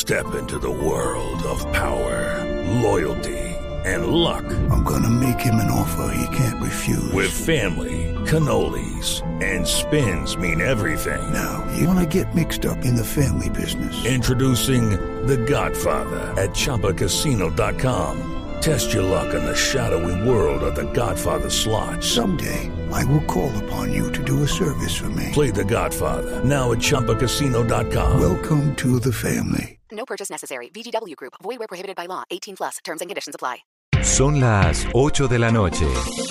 Step into the world of power, loyalty, and luck. I'm gonna make him an offer he can't refuse. With family, cannolis, and spins mean everything. Now, you wanna get mixed up in the family business. Introducing The Godfather at ChumbaCasino.com. Test your luck in the shadowy world of The Godfather slot. Someday, I will call upon you to do a service for me. Play The Godfather now at ChumbaCasino.com. Welcome to the family. No purchase necessary. VGW Group. Void where prohibited by law. 18+. Terms and conditions apply. Son las 8 de la noche.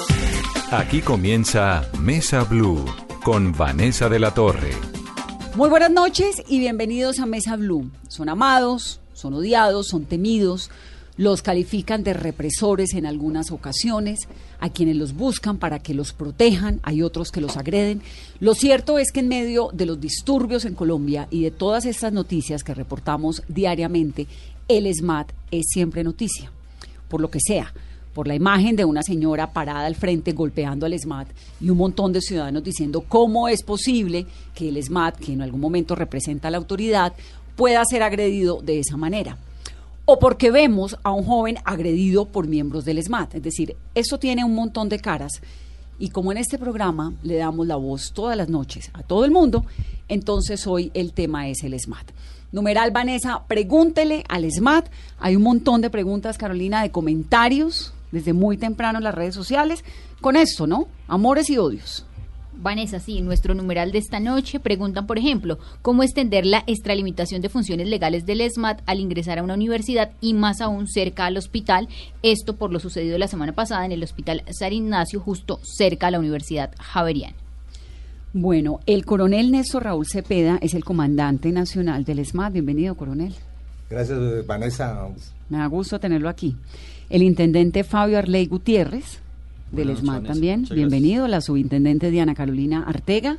Aquí comienza Mesa Blue con Vanessa de la Torre. Muy buenas noches y bienvenidos a Mesa Blue. Son amados, son odiados, son temidos. Los califican de represores en algunas ocasiones, a quienes los buscan para que los protejan, hay otros que los agreden. Lo cierto es que en medio de los disturbios en Colombia y de todas estas noticias que reportamos diariamente, el ESMAD es siempre noticia, por lo que sea, por la imagen de una señora parada al frente golpeando al ESMAD y un montón de ciudadanos diciendo cómo es posible que el ESMAD, que en algún momento representa a la autoridad, pueda ser agredido de esa manera. O porque vemos a un joven agredido por miembros del ESMAD. Es decir, eso tiene un montón de caras. Y como en este programa le damos la voz todas las noches a todo el mundo, entonces hoy el tema es el ESMAD. Numeral Vanessa, pregúntele al ESMAD. Hay un montón de preguntas, Carolina, de comentarios desde muy temprano en las redes sociales. Con esto, ¿no? Amores y odios. Vanessa, sí, nuestro numeral de esta noche preguntan, por ejemplo, cómo extender la extralimitación de funciones legales del ESMAD al ingresar a una universidad y más aún cerca al hospital, esto por lo sucedido la semana pasada en el Hospital San Ignacio, justo cerca a la Universidad Javeriana. Bueno, el coronel Néstor Raúl Cepeda es el comandante nacional del ESMAD. Bienvenido, coronel. Gracias, Vanessa. Me da gusto tenerlo aquí. El intendente Fabio Arley Gutiérrez, del ESMAD también. Bienvenido, la subintendente Diana Carolina Artega.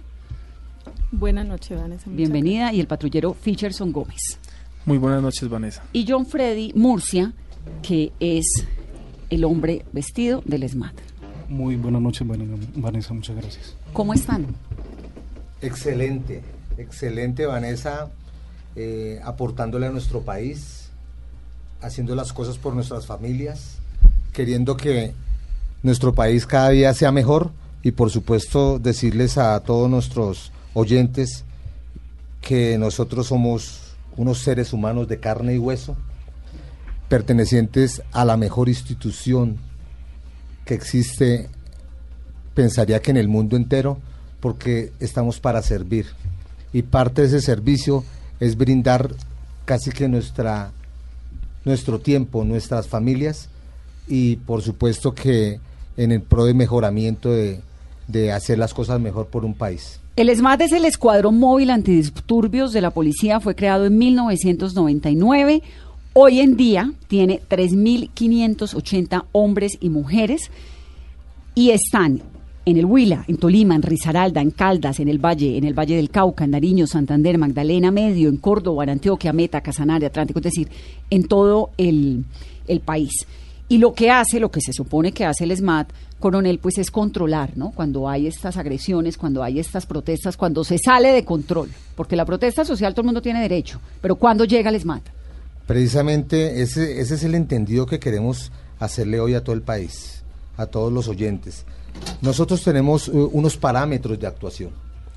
Buenas noches, Vanessa. Bienvenida. Y el patrullero Fischerson Gómez. Muy buenas noches, Vanessa. Y John Freddy Murcia, que es el hombre vestido del ESMAD. Muy buenas noches, Vanessa, muchas gracias. ¿Cómo están? Excelente, Vanessa, aportándole a nuestro país, haciendo las cosas por nuestras familias, queriendo que nuestro país cada día sea mejor y por supuesto decirles a todos nuestros oyentes que nosotros somos unos seres humanos de carne y hueso, pertenecientes a la mejor institución que existe, pensaría que en el mundo entero, porque estamos para servir y parte de ese servicio es brindar casi que nuestro tiempo, nuestras familias y por supuesto que en el pro de mejoramiento de hacer las cosas mejor por un país. El ESMAD es el Escuadrón Móvil Antidisturbios de la Policía, fue creado en 1999, hoy en día tiene 3.580 hombres y mujeres y están en el Huila, en Tolima, en Risaralda, en Caldas, en el Valle del Cauca, en Nariño, Santander, Magdalena Medio, en Córdoba, en Antioquia, Meta, Casanare, Atlántico, es decir, en todo el país. Y lo que se supone que hace el ESMAD, coronel, pues es controlar, ¿no? Cuando hay estas agresiones, cuando hay estas protestas, cuando se sale de control, porque la protesta social todo el mundo tiene derecho, pero ¿cuándo llega el ESMAD? Precisamente ese es el entendido que queremos hacerle hoy a todo el país, a todos los oyentes. Nosotros tenemos unos parámetros de actuación.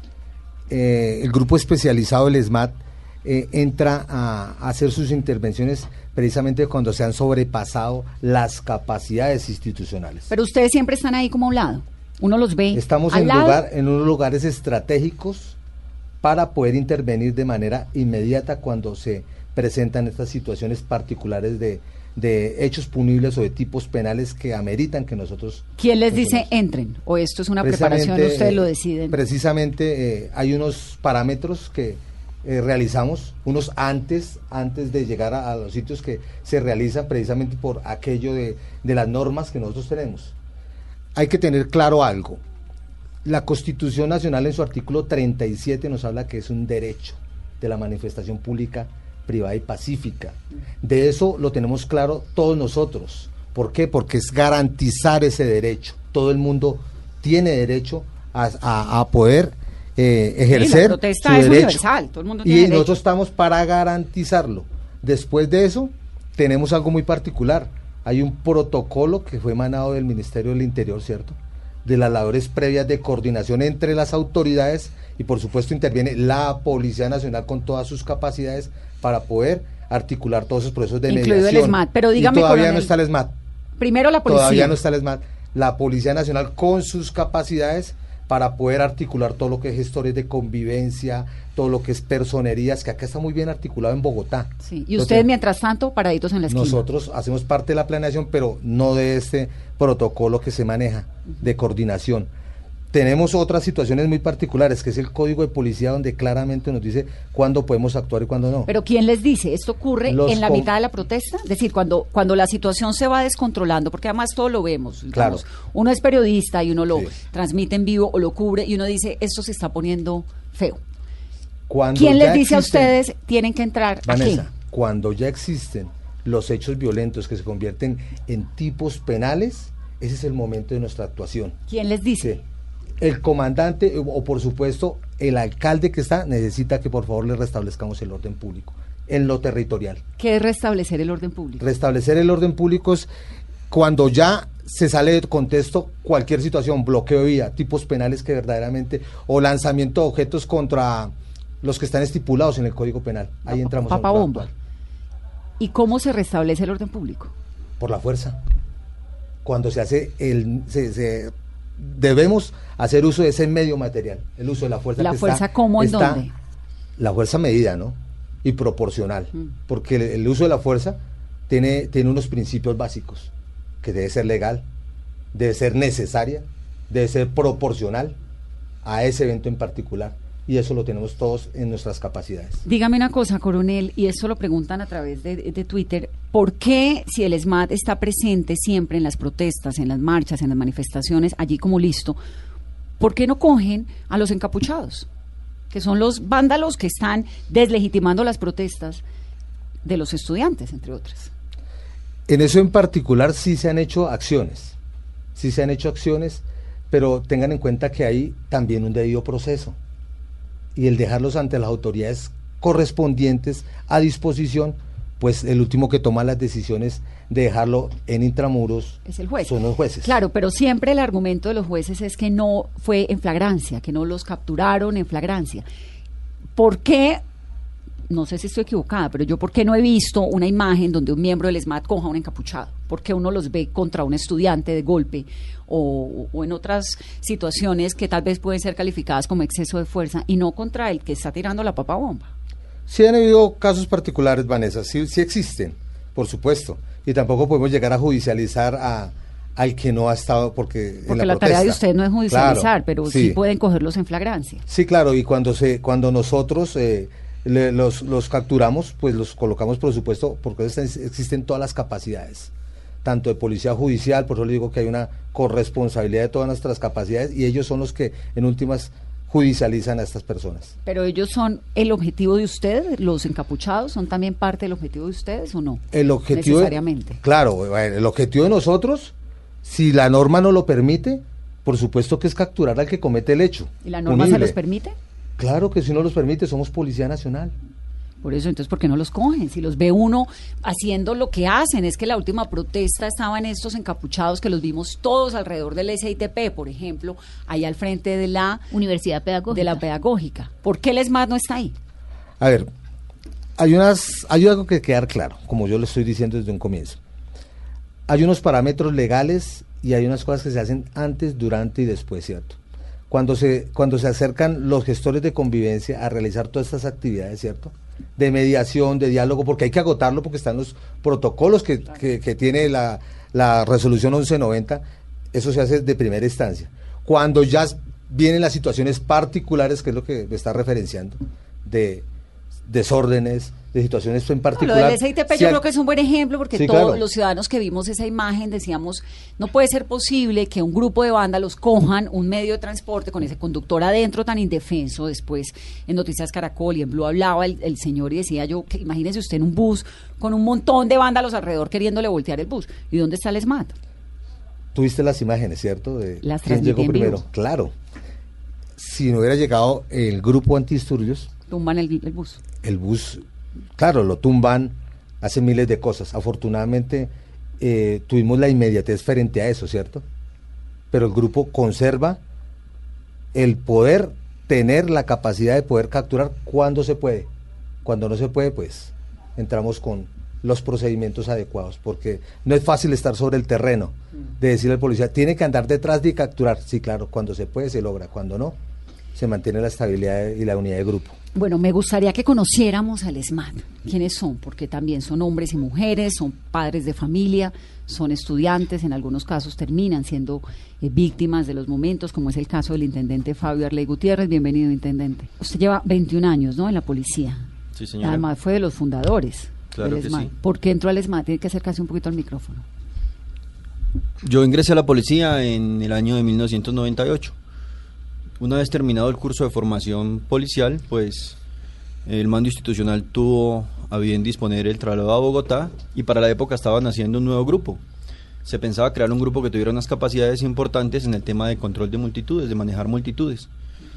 El grupo especializado del ESMAD entra a hacer sus intervenciones precisamente cuando se han sobrepasado las capacidades institucionales. Pero ustedes siempre están ahí como a un lado, uno los ve. Estamos en unos lugares estratégicos para poder intervenir de manera inmediata cuando se presentan estas situaciones particulares de hechos punibles o de tipos penales que ameritan que nosotros... ¿Quién les dice entren? ¿O esto es una preparación, ustedes lo deciden? Precisamente hay unos parámetros que realizamos, unos antes de llegar a los sitios que se realizan precisamente por aquello de las normas que nosotros tenemos. Hay que tener claro algo. La Constitución Nacional en su artículo 37 nos habla que es un derecho de la manifestación pública, privada y pacífica. De eso lo tenemos claro todos nosotros. ¿Por qué? Porque es garantizar ese derecho. Todo el mundo tiene derecho a poder ejercer la protesta su es derecho. universal, todo el mundo tiene y derecho. nosotros estamos para garantizarlo. Después de eso, tenemos algo muy particular. Hay un protocolo que fue emanado del Ministerio del Interior, ¿cierto?, de las labores previas de coordinación entre las autoridades, y por supuesto interviene la Policía Nacional con todas sus capacidades para poder articular todos esos procesos de incluido mediación. El ESMAD, pero dígame, y todavía coronel, no está el ESMAD. Primero la policía. Todavía no está el ESMAD. La Policía Nacional con sus capacidades para poder articular todo lo que es gestores de convivencia, todo lo que es personerías, que acá está muy bien articulado en Bogotá. Sí. Y ustedes, mientras tanto, paraditos en la esquina. Nosotros hacemos parte de la planeación, pero no de este protocolo que se maneja de coordinación. Tenemos otras situaciones muy particulares, que es el Código de Policía, donde claramente nos dice cuándo podemos actuar y cuándo no. Pero ¿quién les dice? ¿Esto ocurre en la mitad de la protesta? Es decir, cuando la situación se va descontrolando, porque además todo lo vemos. Digamos, claro. Uno es periodista y uno lo transmite en vivo o lo cubre y uno dice, esto se está poniendo feo. ¿Quién les dice a ustedes, tienen que entrar Vanessa, aquí? Cuando ya existen los hechos violentos que se convierten en tipos penales, ese es el momento de nuestra actuación. ¿Quién les dice? Sí. El comandante o por supuesto el alcalde que está necesita que por favor le restablezcamos el orden público en lo territorial. ¿Qué es restablecer el orden público? Restablecer el orden público es cuando ya se sale de contexto cualquier situación, bloqueo de vía, tipos penales que verdaderamente, o lanzamiento de objetos contra los que están estipulados en el Código Penal. Ahí entramos Papa bomba. ¿Y cómo se restablece el orden público? Por la fuerza. Cuando se hace debemos hacer uso de ese medio material, el uso de la fuerza. ¿La fuerza cómo, en dónde? La fuerza medida, ¿no? Y proporcional, porque el uso de la fuerza tiene unos principios básicos, que debe ser legal, debe ser necesaria, debe ser proporcional a ese evento en particular, y eso lo tenemos todos en nuestras capacidades. Dígame una cosa, coronel, y esto lo preguntan a través de Twitter, ¿por qué si el ESMAD está presente siempre en las protestas, en las marchas, en las manifestaciones, allí como listo, ¿por qué no cogen a los encapuchados? Que son los vándalos que están deslegitimando las protestas de los estudiantes, entre otras. En eso en particular sí se han hecho acciones, pero tengan en cuenta que hay también un debido proceso, y el dejarlos ante las autoridades correspondientes a disposición, pues el último que toma las decisiones de dejarlo en intramuros es el juez. Son los jueces. Claro, pero siempre el argumento de los jueces es que no fue en flagrancia, que no los capturaron en flagrancia. ¿Por qué? No sé si estoy equivocada, pero ¿por qué no he visto una imagen donde un miembro del ESMAD coja a un encapuchado? ¿Por qué uno los ve contra un estudiante de golpe o en otras situaciones que tal vez pueden ser calificadas como exceso de fuerza y no contra el que está tirando la papa bomba? Sí han habido casos particulares, Vanessa, sí existen, por supuesto, y tampoco podemos llegar a judicializar al que no ha estado, porque en la tarea de usted no es judicializar, claro, pero sí pueden cogerlos en flagrancia. Sí, claro, y cuando nosotros los capturamos, pues los colocamos, por supuesto, porque existen todas las capacidades, tanto de policía judicial, por eso le digo que hay una corresponsabilidad de todas nuestras capacidades, y ellos son los que en últimas judicializan a estas personas. ¿Pero ellos son el objetivo de ustedes? ¿Los encapuchados son también parte del objetivo de ustedes o no? El objetivo necesariamente. Claro, el objetivo de nosotros, si la norma no lo permite, por supuesto que es capturar al que comete el hecho. ¿Y la norma se los permite? Claro que si no los permite, somos Policía Nacional. Por eso, entonces, ¿por qué no los cogen? Si los ve uno haciendo lo que hacen, es que la última protesta estaban estos encapuchados que los vimos todos alrededor del SITP, por ejemplo, ahí al frente de la Universidad Pedagógica. De la Pedagógica. ¿Por qué el ESMAD no está ahí? A ver, hay algo que quedar claro, como yo le estoy diciendo desde un comienzo. Hay unos parámetros legales y hay unas cosas que se hacen antes, durante y después, ¿cierto? Cuando se acercan los gestores de convivencia a realizar todas estas actividades, ¿cierto?, de mediación, de diálogo, porque hay que agotarlo, porque están los protocolos que tiene la resolución 1190, eso se hace de primera instancia. Cuando ya vienen las situaciones particulares, que es lo que me está referenciando, de desórdenes, de situaciones en particular. Lo del SITP yo creo que es un buen ejemplo, porque todos los ciudadanos que vimos esa imagen decíamos, no puede ser posible que un grupo de vándalos cojan un medio de transporte con ese conductor adentro tan indefenso. Después en Noticias Caracol y en Blue hablaba el señor y decía yo, que imagínese usted en un bus con un montón de vándalos alrededor queriéndole voltear el bus. ¿Y dónde está el ESMAD? Tuviste las imágenes, ¿cierto? De las quién llegó primero. Claro. Si no hubiera llegado el grupo antidisturbios, tumban el bus. El bus, claro, lo tumban, hacen miles de cosas. Afortunadamente tuvimos la inmediatez frente a eso, ¿cierto? Pero el grupo conserva el poder tener la capacidad de poder capturar cuando se puede. Cuando no se puede, pues entramos con los procedimientos adecuados, porque no es fácil estar sobre el terreno, de decirle al policía, tiene que andar detrás de y capturar. Sí, claro, cuando se puede se logra, cuando no, se mantiene la estabilidad y la unidad de grupo. Bueno, me gustaría que conociéramos al ESMAD. ¿Quiénes son? Porque también son hombres y mujeres, son padres de familia, son estudiantes, en algunos casos terminan siendo víctimas de los momentos, como es el caso del intendente Fabio Arley Gutiérrez. Bienvenido, intendente. Usted lleva 21 años, ¿no?, en la policía. Sí, señora. Además fue de los fundadores Claro del que ESMAD. sí. ¿Por qué entró al ESMAD? Tiene que acercarse un poquito al micrófono. Yo ingresé a la policía en el año de 1998. Una vez terminado el curso de formación policial, pues el mando institucional tuvo a bien disponer el traslado a Bogotá, y para la época estaban haciendo un nuevo grupo. Se pensaba crear un grupo que tuviera unas capacidades importantes en el tema de control de multitudes, de manejar multitudes.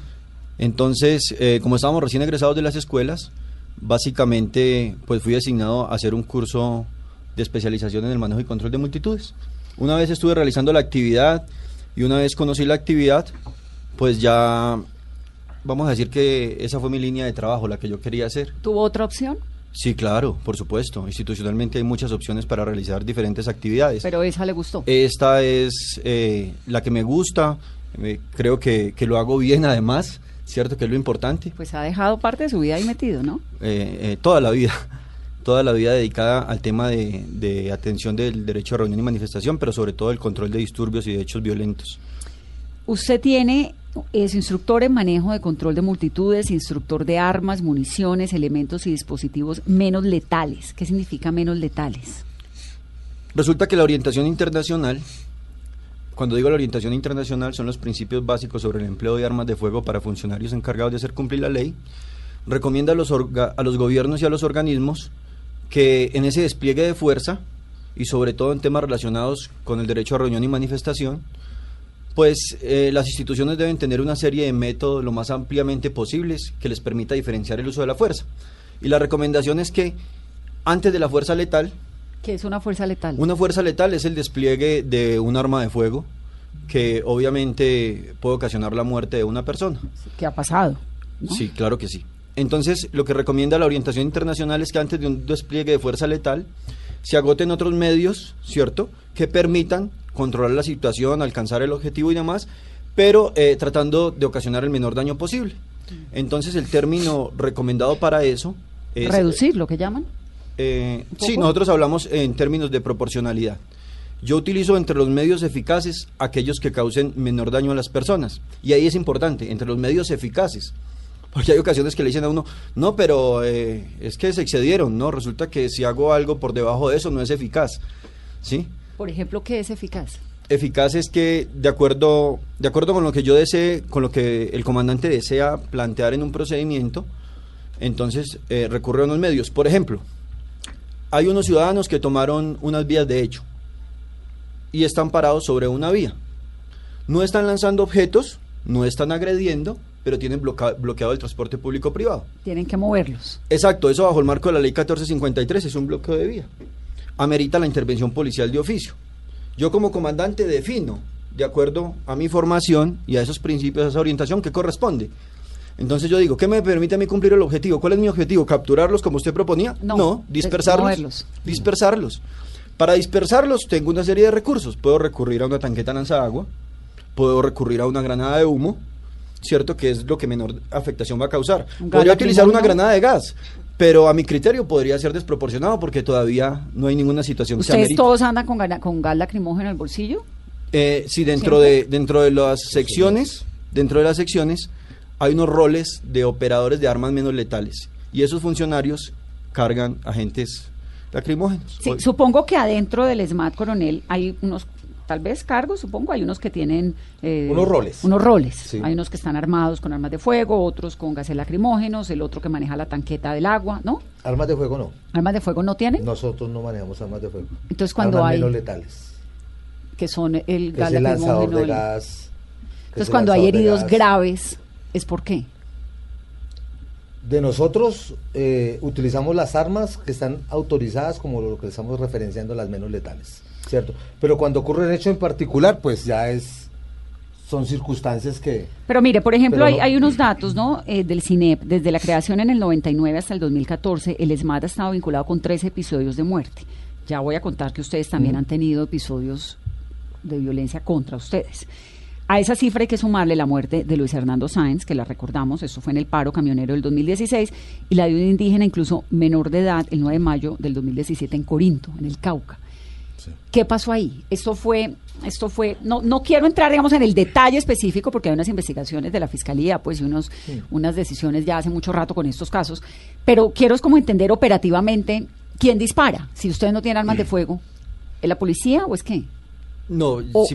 Entonces, como estábamos recién egresados de las escuelas, básicamente pues fui designado a hacer un curso de especialización en el manejo y control de multitudes. Una vez estuve realizando la actividad y una vez conocí la actividad, pues ya vamos a decir que esa fue mi línea de trabajo, la que yo quería hacer. ¿Tuvo otra opción? Sí, claro, por supuesto. Institucionalmente hay muchas opciones para realizar diferentes actividades. Pero esa le gustó. Esta es la que me gusta, creo que lo hago bien además, ¿cierto? Que es lo importante. Pues ha dejado parte de su vida ahí metido, ¿no? Toda la vida dedicada al tema de atención del derecho a reunión y manifestación, pero sobre todo el control de disturbios y de hechos violentos. Usted es instructor en manejo de control de multitudes, instructor de armas, municiones, elementos y dispositivos menos letales. ¿Qué significa menos letales? Resulta que la orientación internacional, cuando digo la orientación internacional, son los principios básicos sobre el empleo de armas de fuego para funcionarios encargados de hacer cumplir la ley. Recomienda a los gobiernos y a los organismos que en ese despliegue de fuerza, y sobre todo en temas relacionados con el derecho a reunión y manifestación, pues las instituciones deben tener una serie de métodos lo más ampliamente posibles que les permita diferenciar el uso de la fuerza. Y la recomendación es que antes de la fuerza letal... ¿Qué es una fuerza letal? Una fuerza letal es el despliegue de un arma de fuego que obviamente puede ocasionar la muerte de una persona. ¿Qué ha pasado? ¿No? Sí, claro que sí. Entonces, lo que recomienda la orientación internacional es que antes de un despliegue de fuerza letal se agoten otros medios, ¿cierto?, que permitan controlar la situación, alcanzar el objetivo y demás, pero tratando de ocasionar el menor daño posible. Entonces, el término recomendado para eso es... ¿Reducir, lo que llaman? Sí, nosotros hablamos en términos de proporcionalidad. Yo utilizo entre los medios eficaces aquellos que causen menor daño a las personas. Y ahí es importante, entre los medios eficaces. Porque hay ocasiones que le dicen a uno, no, pero es que se excedieron, ¿no? Resulta que si hago algo por debajo de eso no es eficaz, ¿sí? Por ejemplo, ¿qué es eficaz? Eficaz es que, de acuerdo con lo que yo desee, con lo que el comandante desea plantear en un procedimiento, entonces recurre a unos medios. Por ejemplo, hay unos ciudadanos que tomaron unas vías de hecho y están parados sobre una vía. No están lanzando objetos, no están agrediendo, pero tienen bloqueado el transporte público-privado. Tienen que moverlos. Exacto, eso bajo el marco de la ley 1453 es un bloqueo de vía. Amerita la intervención policial de oficio. Yo como comandante defino, de acuerdo a mi formación y a esos principios, a esa orientación, ¿qué corresponde? Entonces yo digo, ¿qué me permite a mí cumplir el objetivo? ¿Cuál es mi objetivo? ¿Capturarlos como usted proponía? No, dispersarlos. Moverlos. Dispersarlos. Para dispersarlos tengo una serie de recursos. Puedo recurrir a una tanqueta lanzaagua, puedo recurrir a una granada de humo, ¿cierto? Que es lo que menor afectación va a causar. Podría utilizar una granada de gas, pero a mi criterio podría ser desproporcionado porque todavía no hay ninguna situación que se ¿Ustedes amerite. todos andan con gas lacrimógeno en el bolsillo? Sí, dentro de las secciones, hay unos roles de operadores de armas menos letales y esos funcionarios cargan agentes lacrimógenos. Sí, supongo que adentro del ESMAD, coronel, hay unos, tal vez cargos, supongo, hay unos que tienen... unos roles. Unos roles. Sí. Hay unos que están armados con armas de fuego, otros con gases lacrimógenos, el otro que maneja la tanqueta del agua, ¿no? Armas de fuego no. ¿Armas de fuego no tienen? Nosotros no manejamos armas de fuego. Entonces, cuando armas hay... menos letales. Que son el gas es el lanzador lacrimógeno. de gas. que es Entonces, el cuando hay lanzador de heridos gas. graves, ¿es por qué? de nosotros utilizamos las armas que están autorizadas, como lo que estamos referenciando, las menos letales, ¿cierto? Pero cuando ocurre un hecho en particular, pues ya son circunstancias que... Pero mire, por ejemplo, no, hay unos datos, ¿no? Del CINEP, desde la creación en el 99 hasta el 2014, el ESMAD ha estado vinculado con 13 episodios de muerte. Ya voy a contar que ustedes también han tenido episodios de violencia contra ustedes. A esa cifra hay que sumarle la muerte de Luis Hernando Sáenz, que la recordamos, esto fue en el paro camionero del 2016, y la de un indígena incluso menor de edad, el 9 de mayo del 2017 en Corinto, en el Cauca. Sí. ¿Qué pasó ahí? Esto fue, no quiero entrar, digamos, en el detalle específico, porque hay unas investigaciones de la Fiscalía, pues, y unas decisiones ya hace mucho rato con estos casos, pero quiero es como entender operativamente quién dispara. Si ustedes no tienen armas de fuego, ¿es la policía o es qué? No,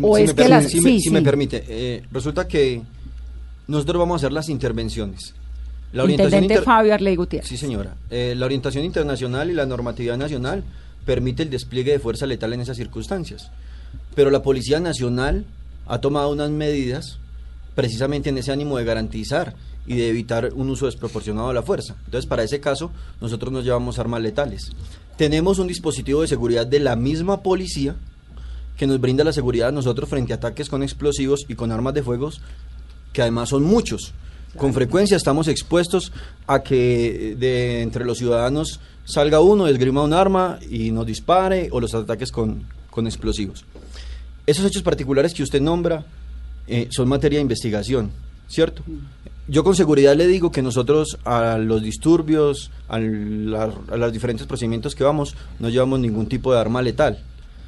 si me permite, resulta que nosotros vamos a hacer las intervenciones. La Intendente Fabio Arley Gutiérrez. Sí, señora. La orientación internacional y la normatividad nacional permite el despliegue de fuerza letal en esas circunstancias. Pero la Policía Nacional ha tomado unas medidas precisamente en ese ánimo de garantizar y de evitar un uso desproporcionado de la fuerza. Entonces, para ese caso, nosotros nos llevamos armas letales. Tenemos un dispositivo de seguridad de la misma policía que nos brinda la seguridad a nosotros frente a ataques con explosivos y con armas de fuego, que además son muchos. Con frecuencia estamos expuestos a que de entre los ciudadanos salga uno, esgrima un arma y nos dispare, o los ataques con explosivos. Esos hechos particulares que usted nombra son materia de investigación, ¿cierto? Yo con seguridad le digo que nosotros a los disturbios, a los diferentes procedimientos que vamos, no llevamos ningún tipo de arma letal.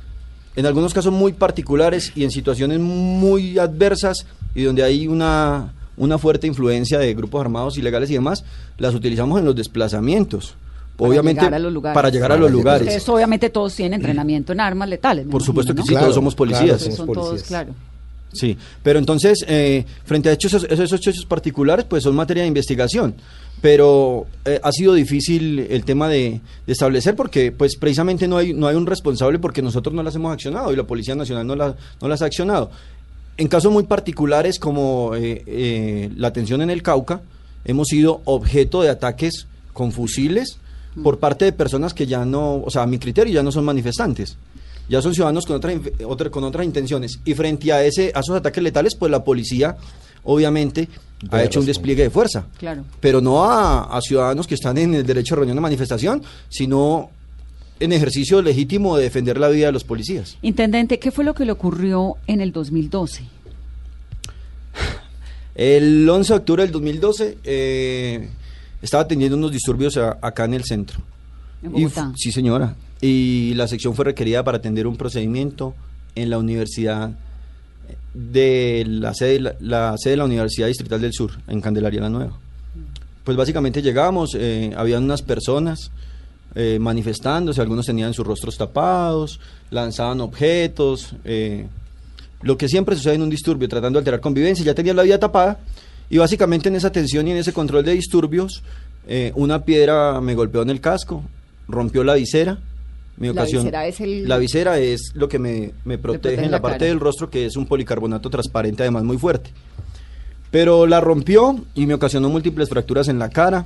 En algunos casos muy particulares y en situaciones muy adversas y donde hay una fuerte influencia de grupos armados ilegales y demás, las utilizamos en los desplazamientos. Obviamente, para llegar a los lugares. Ustedes obviamente todos tienen entrenamiento en armas letales. Por supuesto que sí, claro, todos somos policías. Claro, son todos, claro. Sí, pero entonces, frente a esos hechos particulares, pues son materia de investigación. Pero ha sido difícil el tema de establecer, porque pues precisamente no hay un responsable, porque nosotros no las hemos accionado y la Policía Nacional no las ha accionado. En casos muy particulares como la atención en el Cauca, hemos sido objeto de ataques con fusiles por parte de personas que ya no, o sea, a mi criterio ya no son manifestantes, ya son ciudadanos con otras intenciones, y frente a esos ataques letales, pues la policía obviamente ha hecho un despliegue de fuerza, claro, pero no a ciudadanos que están en el derecho de reunión de manifestación, sino en ejercicio legítimo de defender la vida de los policías. Intendente, ¿qué fue lo que le ocurrió en el 2012? El 11 de octubre del 2012 estaba teniendo unos disturbios acá en el centro. ¿En Bogotá? Sí, señora. Y la sección fue requerida para atender un procedimiento en la universidad de la sede de la Universidad Distrital del Sur, en Candelaria la Nueva. Pues básicamente llegamos, habían unas personas manifestándose, algunos tenían sus rostros tapados, lanzaban objetos, lo que siempre sucede en un disturbio, tratando de alterar convivencia. Ya tenían la vía tapada, y básicamente en esa atención y en ese control de disturbios, una piedra me golpeó en el casco, rompió la visera. La visera es lo que me protege en la parte del rostro, que es un policarbonato transparente, además muy fuerte. Pero la rompió y me ocasionó múltiples fracturas en la cara.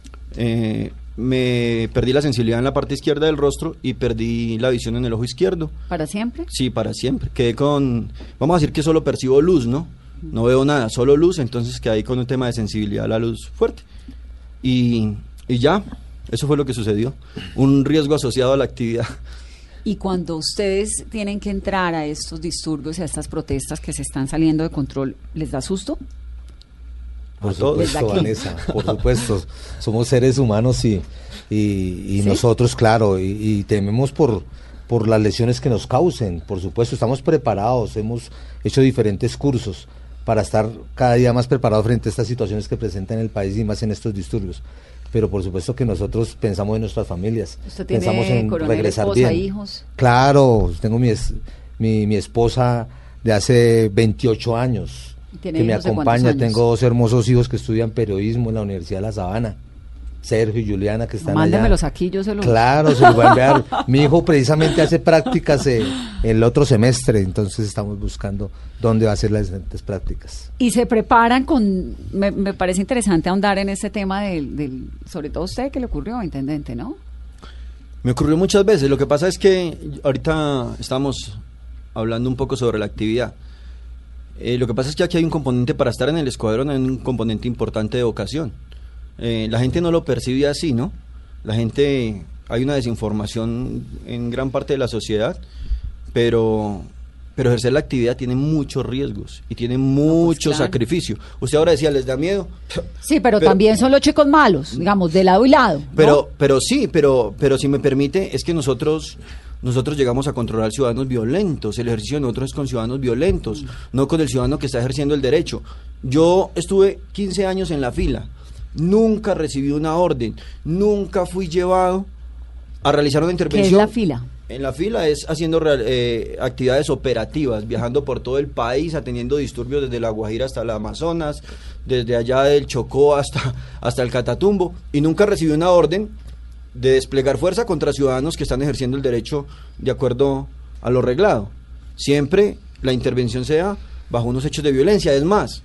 Me perdí la sensibilidad en la parte izquierda del rostro y perdí la visión en el ojo izquierdo. ¿Para siempre? Sí, para siempre. Quedé vamos a decir que solo percibo luz, ¿no? No veo nada, solo luz, entonces quedé con un tema de sensibilidad a la luz fuerte. Y ya, eso fue lo que sucedió. Un riesgo asociado a la actividad. Y cuando ustedes tienen que entrar a estos disturbios y a estas protestas que se están saliendo de control, ¿les da susto? Por supuesto, Vanessa, por supuesto. Somos seres humanos y ¿sí? Nosotros, claro, y tememos por las lesiones que nos causen. Por supuesto, estamos preparados, hemos hecho diferentes cursos para estar cada día más preparados frente a estas situaciones que presentan en el país y más en estos disturbios. Pero por supuesto que nosotros pensamos en nuestras familias. ¿Usted pensamos tiene en regresar esposa, bien. hijos? Claro, tengo mi esposa de hace 28 años que me acompaña. Tengo 2 hermosos hijos que estudian periodismo en la Universidad de La Sabana. Sergio y Juliana que están Mándemelos allá. aquí, yo se los... Claro, se los voy a enviar. Mi hijo precisamente hace prácticas el otro semestre, entonces estamos buscando dónde va a hacer las diferentes prácticas. Y se preparan con... Me parece interesante ahondar en este tema del sobre todo usted, que le ocurrió, intendente, ¿no? Me ocurrió muchas veces. Lo que pasa es que ahorita estamos hablando un poco sobre la actividad. Lo que pasa es que aquí hay un componente, para estar en el escuadrón, hay un componente importante de vocación. La gente no lo percibe así, ¿no? La gente, hay una desinformación en gran parte de la sociedad, pero ejercer la actividad tiene muchos riesgos y tiene mucho claro. sacrificio. Usted ahora decía, ¿les da miedo? Sí, pero también son los chicos malos, digamos, de lado y lado, ¿no? Pero si me permite, es que nosotros llegamos a controlar ciudadanos violentos. El ejercicio de nosotros es con ciudadanos violentos, no con el ciudadano que está ejerciendo el derecho. Yo estuve 15 años en la fila, nunca recibí una orden, nunca fui llevado a realizar una intervención. ¿Qué es la fila? En la fila es haciendo actividades operativas, viajando por todo el país, atendiendo disturbios desde La Guajira hasta el Amazonas, desde allá del Chocó hasta el Catatumbo, y nunca recibí una orden de desplegar fuerza contra ciudadanos que están ejerciendo el derecho de acuerdo a lo reglado. Siempre la intervención se da bajo unos hechos de violencia. Es más,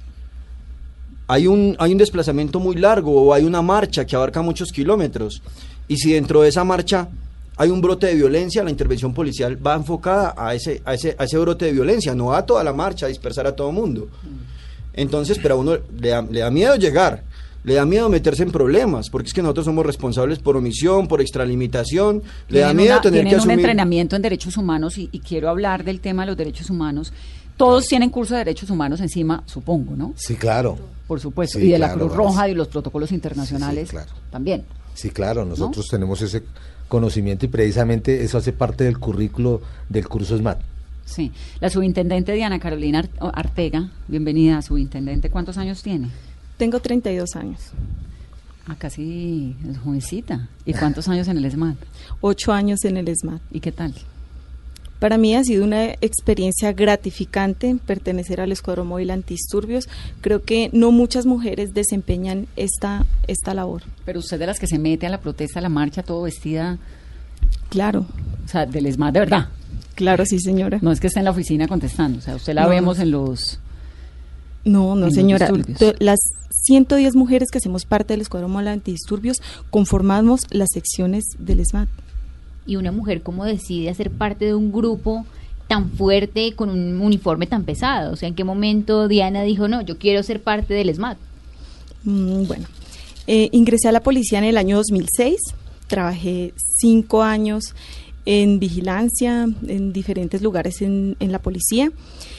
hay un desplazamiento muy largo o hay una marcha que abarca muchos kilómetros, y si dentro de esa marcha hay un brote de violencia, la intervención policial va enfocada a ese brote de violencia, no a toda la marcha, a dispersar a todo el mundo. Entonces, pero a uno le da miedo llegar, le da miedo meterse en problemas, porque es que nosotros somos responsables por omisión, por extralimitación, le da miedo tener que asumir... Tienen un entrenamiento en derechos humanos y quiero hablar del tema de los derechos humanos. Todos tienen curso de derechos humanos encima, supongo, ¿no? Sí, claro. Por supuesto, Sí, y de la claro, Cruz Roja y los protocolos internacionales, sí, claro. También. Sí, claro, nosotros ¿no? tenemos ese conocimiento y precisamente eso hace parte del currículo del curso SMAT. Sí. La subintendente Diana Carolina Artega, bienvenida, subintendente. ¿Cuántos años tiene? Tengo 32 años. Ah, casi es jovencita. ¿Y cuántos años en el SMAT? 8 años en el SMAT. ¿Y qué tal? Para mí ha sido una experiencia gratificante pertenecer al Escuadrón Móvil Antidisturbios. Creo que no muchas mujeres desempeñan esta labor. Pero usted de las que se mete a la protesta, a la marcha, todo vestida... Claro. O sea, del SMAT de verdad. Claro, sí, señora. No es que esté en la oficina contestando, o sea, usted la vemos en los... No, en señora. los disturbios. Las 110 mujeres que hacemos parte del Escuadrón Móvil Antidisturbios conformamos las secciones del SMAT. Y una mujer, ¿cómo decide hacer parte de un grupo tan fuerte con un uniforme tan pesado? O sea, ¿en qué momento Diana dijo, no, yo quiero ser parte del SMAT? Bueno, ingresé a la policía en el año 2006, trabajé 5 años en vigilancia en diferentes lugares en la policía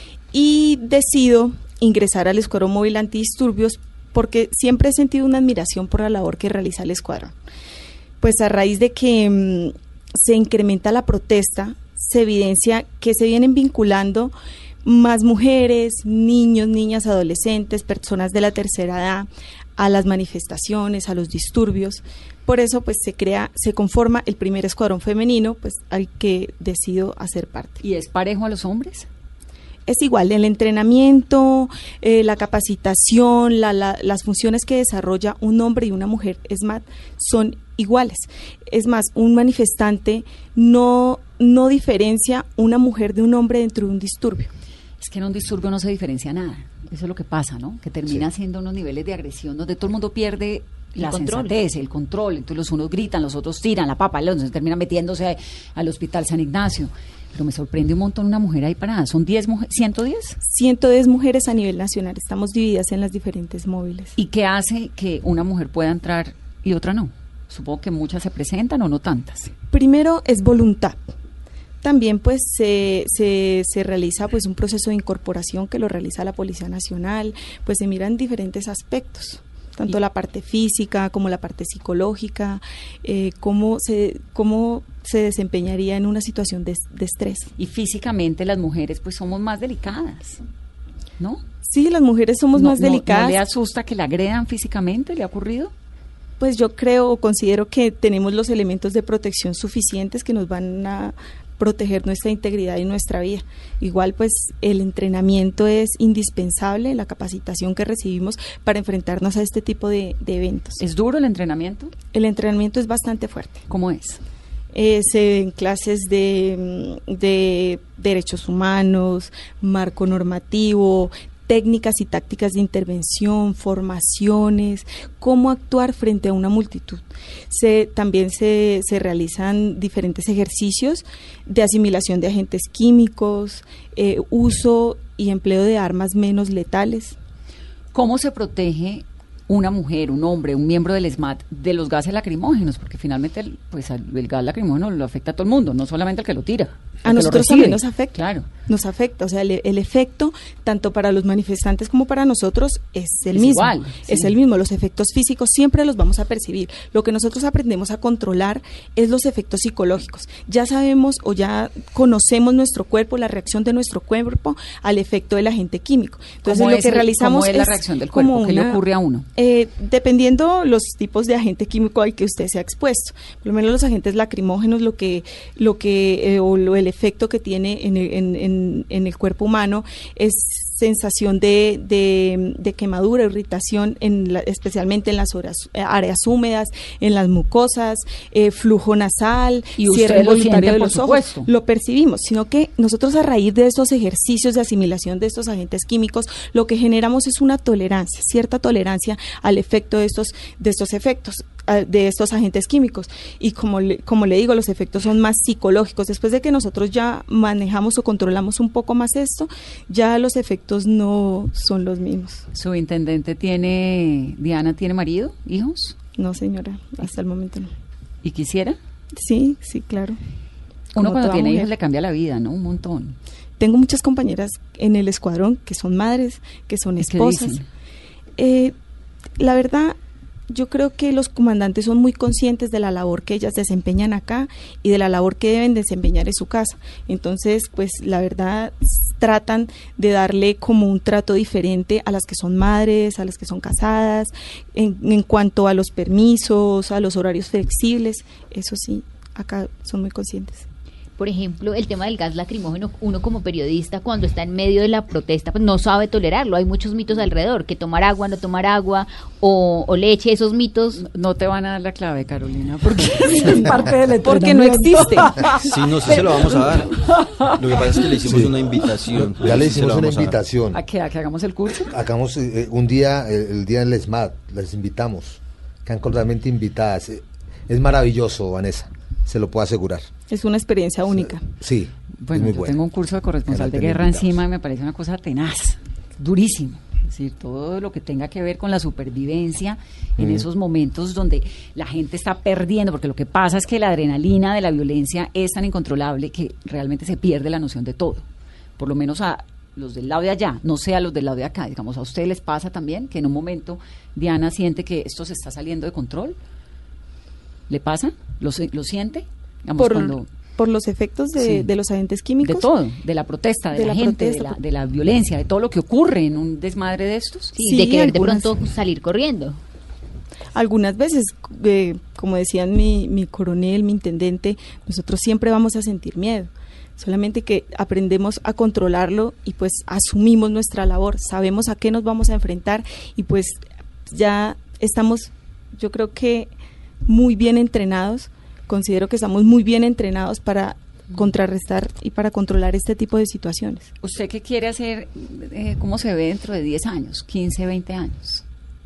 y decido ingresar al Escuadrón Móvil Antidisturbios porque siempre he sentido una admiración por la labor que realiza el escuadrón. Pues a raíz de que se incrementa la protesta, se evidencia que se vienen vinculando más mujeres, niños, niñas, adolescentes, personas de la tercera edad a las manifestaciones, a los disturbios. Por eso pues se conforma el primer escuadrón femenino pues al que decido hacer parte. ¿Y es parejo a los hombres? Es igual, el entrenamiento, la capacitación, las funciones que desarrolla un hombre y una mujer SMAT son iguales. Es más, un manifestante no diferencia una mujer de un hombre dentro de un disturbio. Es que en un disturbio no se diferencia nada. Eso es lo que pasa, ¿no? Que termina siendo unos niveles de agresión donde todo el mundo pierde la sensatez, el control. Entonces los unos gritan, los otros tiran la papa, entonces terminan metiéndose al Hospital San Ignacio. Pero me sorprende un montón una mujer ahí parada. ¿Son 10 mujeres? ¿110? 110 mujeres a nivel nacional. Estamos divididas en las diferentes móviles. ¿Y qué hace que una mujer pueda entrar y otra no? Supongo que muchas se presentan o no tantas. Primero es voluntad. También pues se realiza pues un proceso de incorporación que lo realiza la Policía Nacional. Pues se miran diferentes aspectos, tanto la parte física como la parte psicológica, cómo se desempeñaría en una situación de estrés. Y físicamente las mujeres pues somos más delicadas, ¿no? Sí, las mujeres somos más delicadas. ¿No le asusta que la agredan físicamente? ¿Le ha ocurrido? Pues yo creo o considero que tenemos los elementos de protección suficientes que nos van a proteger nuestra integridad y nuestra vida. Igual pues el entrenamiento es indispensable, la capacitación que recibimos para enfrentarnos a este tipo de eventos. ¿Es duro el entrenamiento? El entrenamiento es bastante fuerte. ¿Cómo es? Se ven clases de derechos humanos, marco normativo, técnicas y tácticas de intervención, formaciones, cómo actuar frente a una multitud. También se realizan diferentes ejercicios de asimilación de agentes químicos, uso y empleo de armas menos letales. ¿Cómo se protege una mujer, un hombre, un miembro del ESMAD de los gases lacrimógenos? Porque finalmente pues el gas lacrimógeno lo afecta a todo el mundo, no solamente al que lo tira. A nosotros también nos afecta. Claro. Nos afecta, o sea, el efecto tanto para los manifestantes como para nosotros es el mismo. Igual, sí. Es el mismo, los efectos físicos siempre los vamos a percibir. Lo que nosotros aprendemos a controlar es los efectos psicológicos. Ya sabemos o ya conocemos nuestro cuerpo, la reacción de nuestro cuerpo al efecto del agente químico. Entonces lo que realizamos ¿cómo es la reacción del cuerpo? ¿Qué le ocurre a uno? Dependiendo los tipos de agente químico al que usted sea expuesto. Por lo menos los agentes lacrimógenos, el efecto que tiene en el cuerpo humano es sensación de quemadura, irritación, especialmente en las áreas húmedas, en las mucosas, flujo nasal, y cierre involuntario de los ojos. Supuesto. Lo percibimos, sino que nosotros a raíz de estos ejercicios de asimilación de estos agentes químicos, lo que generamos es una tolerancia, cierta tolerancia al efecto de estos efectos, de estos agentes químicos. Y como le digo, los efectos son más psicológicos. Después de que nosotros ya manejamos o controlamos un poco más esto, ya los efectos no son los mismos. ¿Subintendente Diana tiene marido, hijos? No, señora, hasta el momento no. ¿Y quisiera? Sí, claro. Uno cuando tiene hijos le cambia la vida, ¿no? Un montón. Tengo muchas compañeras en el escuadrón que son madres, que son esposas. La verdad, yo creo que los comandantes son muy conscientes de la labor que ellas desempeñan acá y de la labor que deben desempeñar en su casa. Entonces, pues la verdad, tratan de darle como un trato diferente a las que son madres, a las que son casadas, en cuanto a los permisos, a los horarios flexibles. Eso sí, acá son muy conscientes. Por ejemplo, el tema del gas lacrimógeno, uno como periodista cuando está en medio de la protesta pues no sabe tolerarlo, hay muchos mitos alrededor, que tomar agua, no tomar agua o leche, esos mitos. No te van a dar la clave, Carolina, porque es parte del entrenamiento. Porque no existe. Sí, no sé, se lo vamos a dar. Lo que pasa es que le hicimos una invitación. Ya le hicimos una invitación. ¿A qué? ¿A que hagamos el curso? Hagamos un día, el día del ESMAD, les invitamos, quedan cordialmente invitadas. Es maravilloso, Vanessa, se lo puedo asegurar. Es una experiencia única. Sí, bueno, muy yo buena. tengo un curso de corresponsal de guerra encima y me parece una cosa tenaz, durísimo. Es decir, todo lo que tenga que ver con la supervivencia en esos momentos donde la gente está perdiendo, porque lo que pasa es que la adrenalina de la violencia es tan incontrolable que realmente se pierde la noción de todo. Por lo menos a los del lado de allá, no sé a los del lado de acá. Digamos, ¿a ustedes les pasa también que en un momento Diana siente que esto se está saliendo de control? ¿Le pasa? ¿Lo siente? Digamos, por los efectos de los agentes químicos. De todo, de la protesta, de la gente, de la violencia, de todo lo que ocurre en un desmadre de estos. Sí, de querer de pronto salir corriendo. Algunas veces, como decían mi coronel, mi intendente, nosotros siempre vamos a sentir miedo. Solamente que aprendemos a controlarlo y pues asumimos nuestra labor, sabemos a qué nos vamos a enfrentar y pues ya estamos, yo creo que muy bien entrenados. Considero que estamos muy bien entrenados para contrarrestar y para controlar este tipo de situaciones. ¿Usted qué quiere hacer? ¿Cómo se ve dentro de 10 años, 15, 20 años?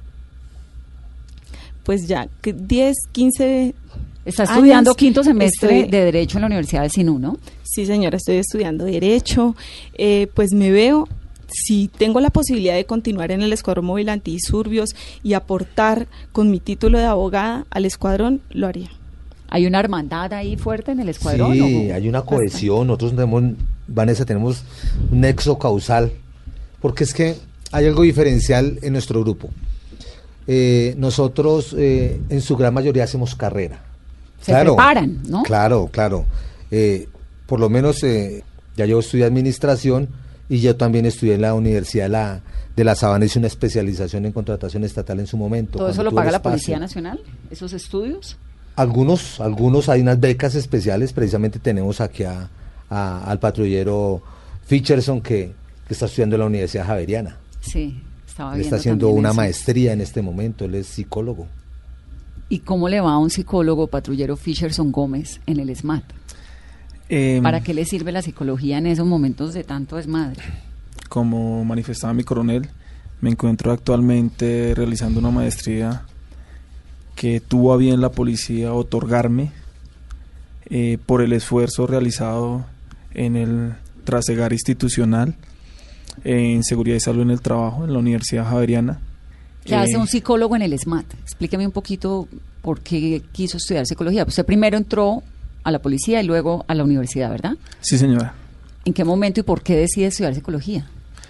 Pues ya, 10, 15 Está estudiando quinto semestre de Derecho en la Universidad del SINU, ¿no? Sí, señora, estoy estudiando Derecho. Pues me veo, si tengo la posibilidad de continuar en el Escuadrón Móvil Antidisturbios y aportar con mi título de abogada al escuadrón, lo haría. ¿Hay una hermandad ahí fuerte en el escuadrón? Sí, hay una cohesión. Nosotros tenemos, Vanessa, tenemos un nexo causal, porque es que hay algo diferencial en nuestro grupo. Nosotros, en su gran mayoría, hacemos carrera. Se preparan, ¿no? Claro. Por lo menos, ya yo estudié administración y yo también estudié en la Universidad de la Sabana, hice una especialización en contratación estatal en su momento. ¿Todo eso lo paga la Policía Nacional, esos estudios? Algunos hay unas becas especiales, precisamente tenemos aquí a al patrullero Fischerson que está estudiando en la Universidad Javeriana. Sí, estaba Él viendo está haciendo también una eso. maestría en este momento, él es psicólogo. ¿Y cómo le va a un psicólogo, patrullero Fischerson Gómez, en el SMAT? ¿Para qué le sirve la psicología en esos momentos de tanto desmadre? Como manifestaba mi coronel, me encuentro actualmente realizando una maestría que tuvo a bien la policía otorgarme por el esfuerzo realizado en el trasegar institucional en seguridad y salud en el trabajo en la Universidad Javeriana. ¿Qué hace un psicólogo en el SMAT? Explíqueme un poquito por qué quiso estudiar psicología. Pues usted primero entró a la policía y luego a la universidad, ¿verdad? Sí, señora. ¿En qué momento y por qué decide estudiar psicología?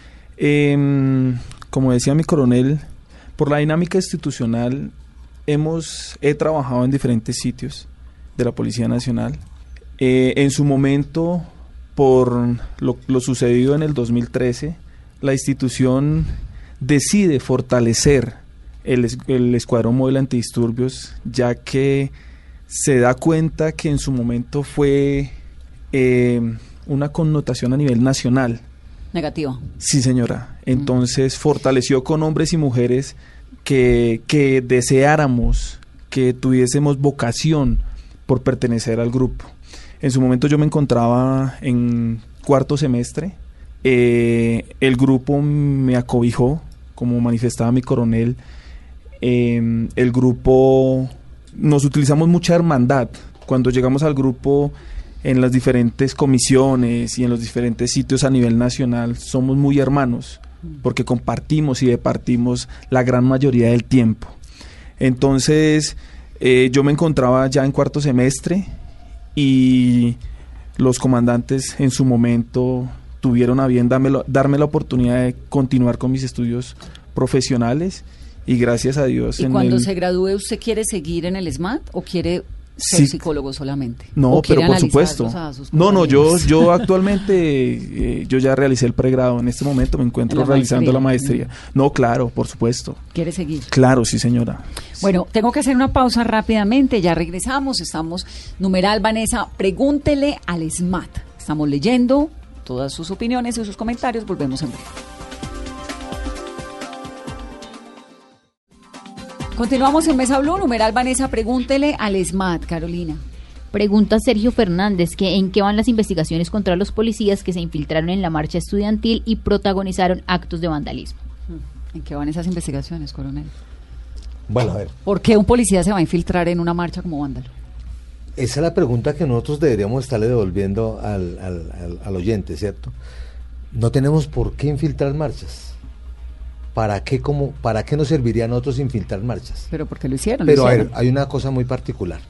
Como decía mi coronel, por la dinámica institucional he trabajado en diferentes sitios de la Policía Nacional. En su momento, por lo sucedido en el 2013, la institución decide fortalecer el Escuadrón Móvil Antidisturbios, ya que se da cuenta que en su momento fue una connotación a nivel nacional. Negativa. Sí, señora. Entonces fortaleció con hombres y mujeres que deseáramos, que tuviésemos vocación por pertenecer al grupo. En su momento yo me encontraba en cuarto semestre. El grupo me acobijó, como manifestaba mi coronel. El grupo, nos utilizamos mucha hermandad. Cuando llegamos al grupo, en las diferentes comisiones y en los diferentes sitios a nivel nacional, somos muy hermanos, porque compartimos y departimos la gran mayoría del tiempo. Entonces, yo me encontraba ya en cuarto semestre y los comandantes en su momento tuvieron a bien darme la oportunidad de continuar con mis estudios profesionales y gracias a Dios. ¿Y cuando se gradúe usted quiere seguir en el SMAT o quiere ser psicólogo solamente? No, pero por supuesto. No, yo actualmente yo ya realicé el pregrado. En este momento me encuentro realizando la maestría. No, claro, por supuesto. ¿Quiere seguir? Claro, sí, señora. Bueno, tengo que hacer una pausa rápidamente. Ya regresamos. Estamos, numeral Vanessa, pregúntele al SMAT. Estamos leyendo todas sus opiniones y sus comentarios. Volvemos en breve. Continuamos en Mesa Blue, numeral Vanessa, pregúntele al SMAT, Carolina. Pregunta Sergio Fernández que en qué van las investigaciones contra los policías que se infiltraron en la marcha estudiantil y protagonizaron actos de vandalismo. ¿En qué van esas investigaciones, coronel? Bueno, a ver. ¿Por qué un policía se va a infiltrar en una marcha como vándalo? Esa es la pregunta que nosotros deberíamos estarle devolviendo al oyente, ¿cierto? No tenemos por qué infiltrar marchas. ¿Para qué nos serviría a nosotros infiltrar marchas? Pero porque lo hicieron. Pero a ver, hay una cosa muy particular.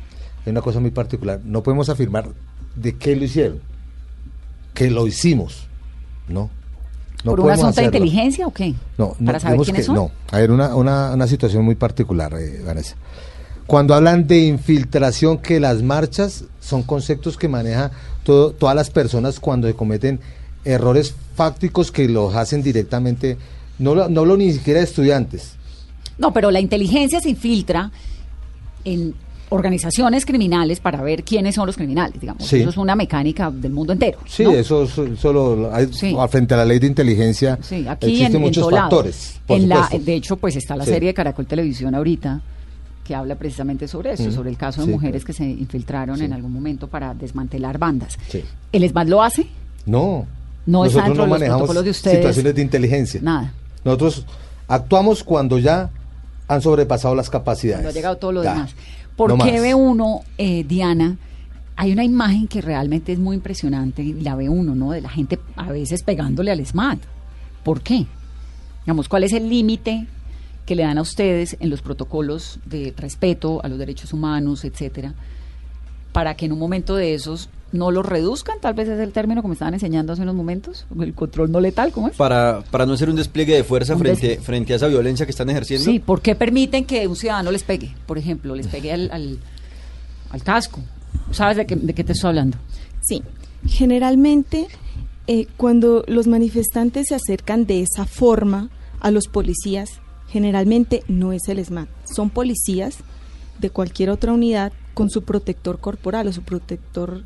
No podemos afirmar de qué lo hicieron. Que lo hicimos. No ¿por un asunto de inteligencia o qué? No. ¿Para saber quiénes son? No. A ver, una situación muy particular, Vanessa. Cuando hablan de infiltración, que las marchas son conceptos que maneja todas las personas cuando se cometen errores fácticos que los hacen directamente. No hablo ni siquiera de estudiantes. No, pero la inteligencia se infiltra en organizaciones criminales para ver quiénes son los criminales, digamos. Sí. Eso es una mecánica del mundo entero. Sí, ¿no? Eso solo hay, sí. Frente a la ley de inteligencia, sí, aquí existen muchos factores. De hecho, pues está la serie de Caracol Televisión ahorita que habla precisamente sobre eso, sobre el caso de mujeres que se infiltraron en algún momento para desmantelar bandas. Sí. ¿El SMAT lo hace? No. No está dentro de los protocolos de ustedes. Situaciones de inteligencia. Nada. Nosotros actuamos cuando ya han sobrepasado las capacidades. Cuando ha llegado todo lo demás. ¿Por qué ve uno, Diana? Hay una imagen que realmente es muy impresionante y la ve uno, ¿no? De la gente a veces pegándole al SMAT. ¿Por qué? Digamos, ¿cuál es el límite que le dan a ustedes en los protocolos de respeto a los derechos humanos, etcétera, para que en un momento de esos no los reduzcan? Tal vez es el término como estaban enseñando hace unos momentos, el control no letal, ¿cómo es? Para no hacer un despliegue de fuerza frente a esa violencia que están ejerciendo. Sí, ¿por qué permiten que un ciudadano les pegue? Por ejemplo, les pegue al casco. ¿Sabes de qué te estoy hablando? Sí, generalmente cuando los manifestantes se acercan de esa forma a los policías, generalmente no es el SMAT, son policías de cualquier otra unidad con su protector corporal o su protector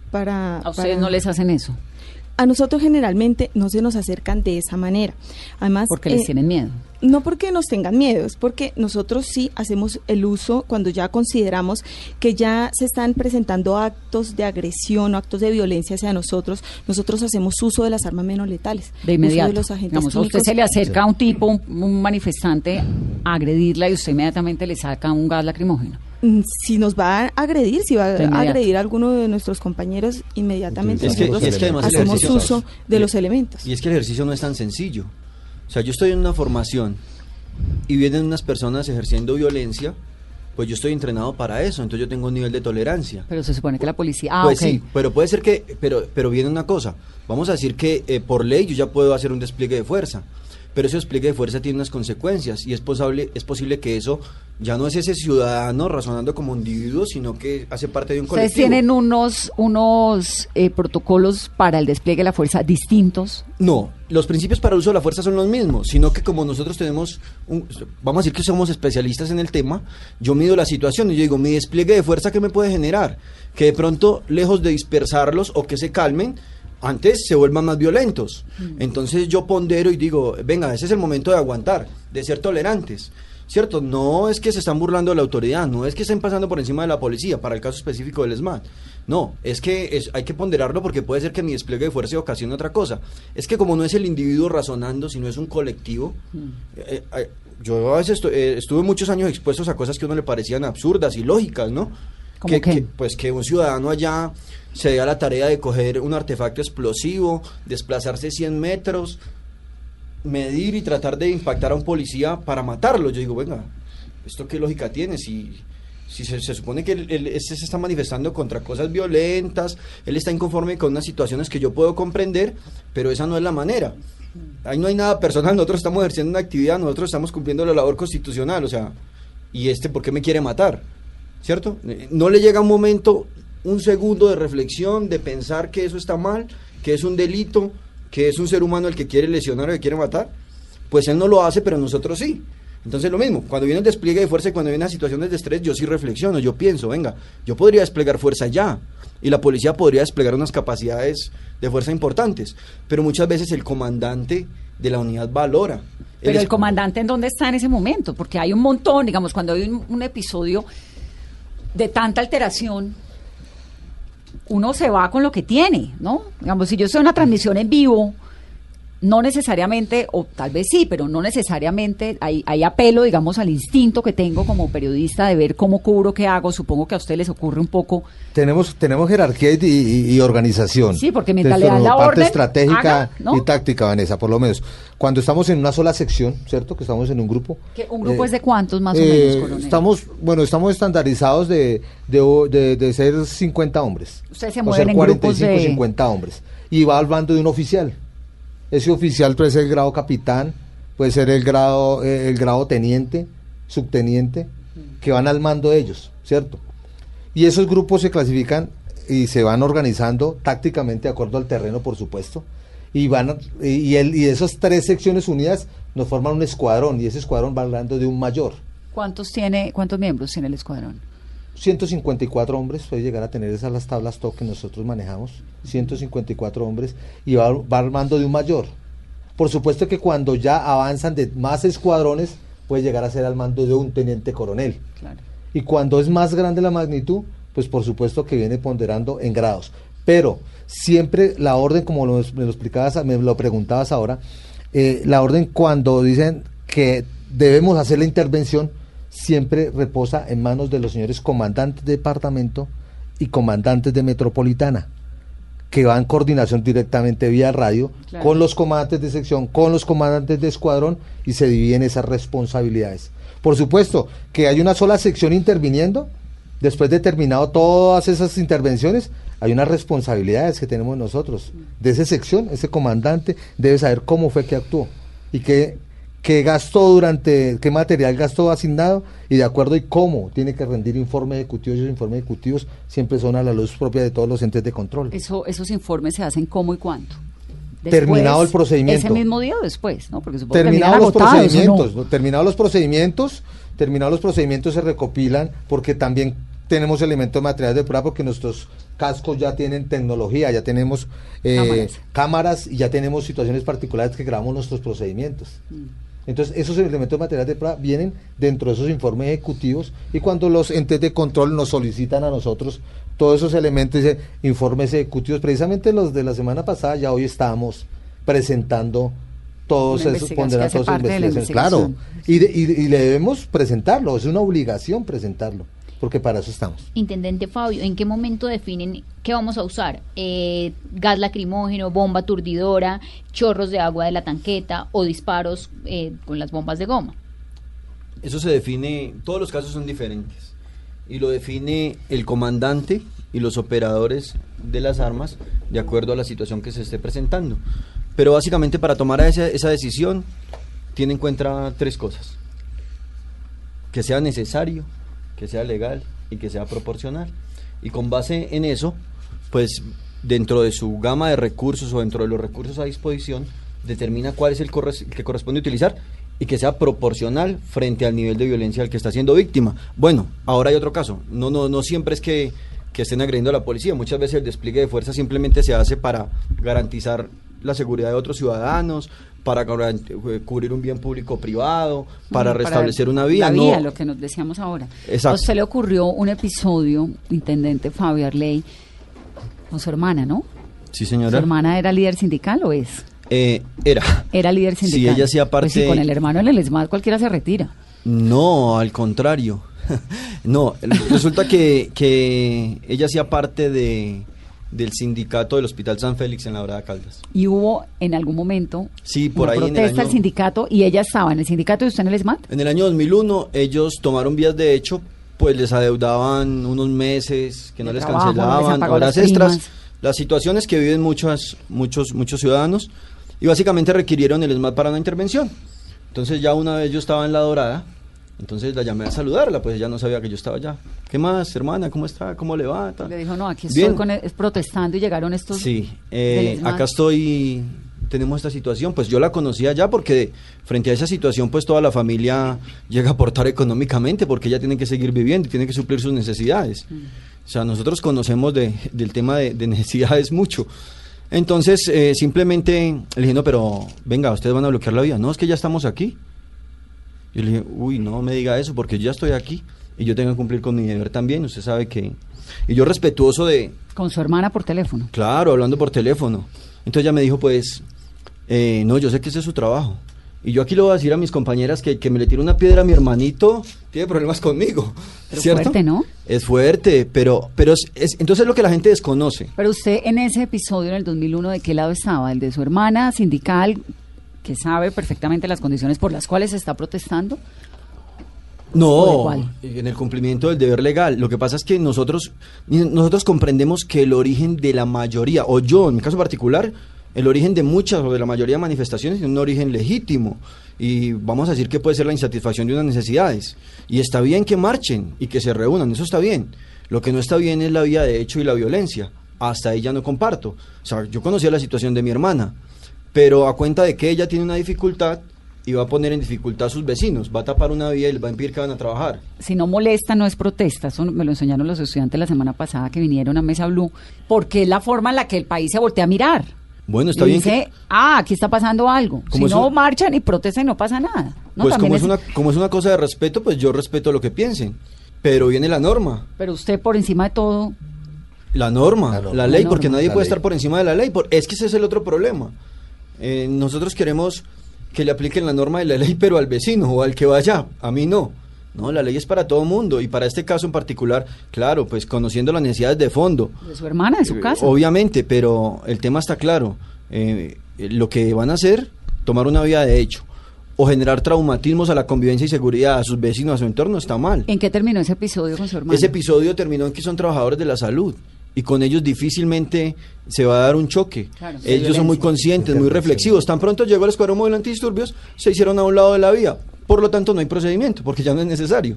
¿A ustedes no les hacen eso? A nosotros generalmente no se nos acercan de esa manera. Además, porque les tienen miedo. No porque nos tengan miedo, es porque nosotros sí hacemos el uso cuando ya consideramos que ya se están presentando actos de agresión o actos de violencia hacia nosotros. Nosotros hacemos uso de las armas menos letales. De inmediato. Uso de los agentes digamos, a usted se le acerca a un tipo, un manifestante, a agredirla y usted inmediatamente le saca un gas lacrimógeno. Si nos va a agredir, si va a agredir a alguno de nuestros compañeros, inmediatamente nosotros hacemos uso de los elementos. Y es que el ejercicio no es tan sencillo. O sea, yo estoy en una formación y vienen unas personas ejerciendo violencia, pues yo estoy entrenado para eso, entonces yo tengo un nivel de tolerancia. Pero se supone que la policía... pues sí, pero puede ser que... Pero viene una cosa, vamos a decir que por ley yo ya puedo hacer un despliegue de fuerza, pero ese despliegue de fuerza tiene unas consecuencias y es posible que eso ya no es ese ciudadano razonando como individuo, sino que hace parte de un colectivo. ¿Ustedes tienen unos protocolos para el despliegue de la fuerza distintos? No, los principios para el uso de la fuerza son los mismos, sino que como nosotros tenemos, vamos a decir que somos especialistas en el tema, yo mido la situación y yo digo, mi despliegue de fuerza, ¿qué me puede generar? Que de pronto, lejos de dispersarlos o que se calmen, antes se vuelvan más violentos. Entonces yo pondero y digo, venga, ese es el momento de aguantar, de ser tolerantes, ¿cierto? No es que se están burlando de la autoridad, no es que estén pasando por encima de la policía, para el caso específico del ESMAD. No, es que hay que ponderarlo porque puede ser que mi despliegue de fuerza ocasione otra cosa. Es que como no es el individuo razonando, sino es un colectivo, yo a veces estuve muchos años expuestos a cosas que a uno le parecían absurdas y lógicas, ¿no? Pues que un ciudadano allá se dé a la tarea de coger un artefacto explosivo, desplazarse 100 metros, medir y tratar de impactar a un policía para matarlo. Yo digo, venga, ¿esto qué lógica tiene? Si se supone que él se está manifestando contra cosas violentas, él está inconforme con unas situaciones que yo puedo comprender, pero esa no es la manera. Ahí no hay nada personal, nosotros estamos ejerciendo una actividad, nosotros estamos cumpliendo la labor constitucional, o sea, ¿y por qué me quiere matar? ¿Cierto? No le llega un momento, un segundo de reflexión, de pensar que eso está mal, que es un delito, que es un ser humano el que quiere lesionar o que quiere matar. Pues él no lo hace, pero nosotros sí. Entonces lo mismo, cuando viene el despliegue de fuerza y cuando vienen las situaciones de estrés, yo sí reflexiono, yo pienso, venga, yo podría desplegar fuerza ya, y la policía podría desplegar unas capacidades de fuerza importantes, pero muchas veces el comandante de la unidad valora. Pero el comandante, ¿en dónde está en ese momento? Porque hay un montón, digamos, cuando hay un episodio de tanta alteración, uno se va con lo que tiene, ¿no? Digamos, si yo estoy en una transmisión en vivo, no necesariamente, o tal vez sí, pero no necesariamente, hay apelo, digamos, al instinto que tengo como periodista de ver cómo cubro, qué hago. Supongo que a ustedes les ocurre un poco. Tenemos jerarquía y organización. Sí, porque mientras le dan la parte orden, estratégica, ¿no? Y táctica, Vanessa, por lo menos. Cuando estamos en una sola sección, ¿cierto? Que estamos en un grupo. ¿Un grupo es de cuántos más o menos, coronel? Estamos estandarizados de ser 50 hombres. Ustedes se mueven en grupos de 45, 50 hombres. Y va al bando de un oficial. Ese oficial puede ser el grado capitán, puede ser el grado teniente, subteniente, que van al mando de ellos, ¿cierto? Y esos grupos se clasifican y se van organizando tácticamente de acuerdo al terreno, por supuesto, y esas 3 secciones unidas nos forman un escuadrón, y ese escuadrón va hablando de un mayor. ¿Cuántos miembros tiene el escuadrón? 154 hombres, puede llegar a tener esas las tablas TOC que nosotros manejamos, 154 hombres, y va al mando de un mayor. Por supuesto que cuando ya avanzan de más escuadrones, puede llegar a ser al mando de un teniente coronel. Claro. Y cuando es más grande la magnitud, pues por supuesto que viene ponderando en grados. Pero siempre la orden, como me lo preguntabas ahora, la orden cuando dicen que debemos hacer la intervención, siempre reposa en manos de los señores comandantes de departamento y comandantes de metropolitana, que van en coordinación directamente vía radio, claro, con los comandantes de sección, con los comandantes de escuadrón, y se dividen esas responsabilidades. Por supuesto que hay una sola sección interviniendo, después de terminado todas esas intervenciones, hay unas responsabilidades que tenemos nosotros. De esa sección, ese comandante debe saber cómo fue que actuó y qué gastó qué material gastó asignado, y de acuerdo y cómo tiene que rendir informes ejecutivos. Esos informes ejecutivos siempre son a la luz propia de todos los entes de control. Esos informes se hacen ¿cómo y cuánto? Después, terminado el procedimiento. Ese mismo día o después, ¿no? Porque terminados los procedimientos, ¿no? Terminados los procedimientos se recopilan, porque también tenemos elementos materiales de prueba porque nuestros cascos ya tienen tecnología, ya tenemos cámaras y ya tenemos situaciones particulares que grabamos nuestros procedimientos. Entonces, esos elementos materiales de prueba vienen dentro de esos informes ejecutivos y cuando los entes de control nos solicitan a nosotros todos esos elementos, informes ejecutivos, precisamente los de la semana pasada, ya hoy estamos presentando todos esos ponderados, todas investigaciones. Claro, y le debemos presentarlo, es una obligación presentarlo, porque para eso estamos. Intendente Fabio, ¿en qué momento definen qué vamos a usar? ¿Gas lacrimógeno, bomba aturdidora, chorros de agua de la tanqueta o disparos con las bombas de goma? Eso se define, todos los casos son diferentes y lo define el comandante y los operadores de las armas de acuerdo a la situación que se esté presentando. Pero básicamente para tomar esa decisión tiene en cuenta 3 cosas: que sea necesario, que sea legal y que sea proporcional. Y con base en eso, pues dentro de su gama de recursos o dentro de los recursos a disposición, determina cuál es el que corresponde utilizar y que sea proporcional frente al nivel de violencia al que está siendo víctima. Bueno, ahora hay otro caso. No siempre es que estén agrediendo a la policía. Muchas veces el despliegue de fuerza simplemente se hace para garantizar la seguridad de otros ciudadanos, para cubrir un bien público o privado, para restablecer una vía. La vía, lo que nos decíamos ahora. Exacto. A usted le ocurrió un episodio, intendente Fabio Arley, con su hermana, ¿no? Sí, señora. ¿Su hermana era líder sindical o es? Era líder sindical. Sí, ella hacía parte... Pues sí, con el hermano en el ESMAD cualquiera se retira. No, al contrario. No, resulta que ella hacía parte del sindicato del Hospital San Félix en la Dorada Caldas. ¿Y hubo en algún momento por ahí protesta al sindicato y ella estaba en el sindicato y usted en el ESMAD? En el año 2001 ellos tomaron vías de hecho, pues les adeudaban unos meses que no les cancelaban, horas extras, las situaciones que viven muchos ciudadanos, y básicamente requirieron el ESMAD para una intervención. Entonces ya una vez yo estaba en la Dorada, entonces la llamé a saludarla, pues ella no sabía que yo estaba allá. ¿Qué más, hermana? ¿Cómo está? ¿Cómo le va? Le dijo, no, aquí estoy protestando y llegaron estos... Sí, acá estoy, tenemos esta situación, pues yo la conocía ya porque frente a esa situación pues toda la familia llega a aportar económicamente porque ella tiene que seguir viviendo y tiene que suplir sus necesidades. O sea, nosotros conocemos del tema de necesidades mucho. Entonces, simplemente le dije, no, pero venga, ustedes van a bloquear la vía. No, es que ya estamos aquí. Yo le dije, uy, no me diga eso porque yo ya estoy aquí y yo tengo que cumplir con mi deber también. Usted sabe que... Y yo respetuoso de... ¿Con su hermana por teléfono? Claro, hablando por teléfono. Entonces ella me dijo, pues, no, yo sé que ese es su trabajo. Y yo aquí le voy a decir a mis compañeras que me le tire una piedra a mi hermanito, tiene problemas conmigo. Pero ¿cierto? Fuerte, ¿no? Es fuerte, pero entonces es lo que la gente desconoce. Pero usted en ese episodio en el 2001, ¿de qué lado estaba? ¿El de su hermana sindical, que sabe perfectamente las condiciones por las cuales se está protestando? No, en el cumplimiento del deber legal. Lo que pasa es que nosotros comprendemos que el origen de la mayoría, o yo en mi caso particular, el origen de muchas o de la mayoría de manifestaciones es un origen legítimo y vamos a decir que puede ser la insatisfacción de unas necesidades y está bien que marchen y que se reúnan, eso está bien. Lo que no está bien es la vía de hecho y la violencia, hasta ahí ya no comparto. O sea, yo conocía la situación de mi hermana, pero a cuenta de que ella tiene una dificultad y va a poner en dificultad a sus vecinos, va a tapar una vía y les va a impedir que van a trabajar. Si no molesta, no es protesta. Eso me lo enseñaron los estudiantes la semana pasada que vinieron a Mesa Blue, porque es la forma en la que el país se voltea a mirar. Bueno, está y bien. Dice, aquí está pasando algo. Si no marchan y protestan, no pasa nada. ¿No? Pues como es una cosa de respeto, pues yo respeto lo que piensen. Pero viene la norma. Pero usted por encima de todo... La norma, la ley, porque nadie puede estar por encima de la ley. Es que ese es el otro problema. Nosotros queremos que le apliquen la norma de la ley, pero al vecino o al que vaya. A mí no. No, la ley es para todo mundo y para este caso en particular, claro, pues conociendo las necesidades de fondo. De su hermana, de su casa. Obviamente, pero el tema está claro. Lo que van a hacer, tomar una vía de hecho o generar traumatismos a la convivencia y seguridad a sus vecinos, a su entorno, está mal. ¿En qué terminó ese episodio con su hermana? Ese episodio terminó en que son trabajadores de la salud y con ellos difícilmente se va a dar un choque. Claro, ellos son muy conscientes, muy reflexivos. Tan pronto llegó el escuadrón móvil antidisturbios, se hicieron a un lado de la vía. Por lo tanto, no hay procedimiento, porque ya no es necesario.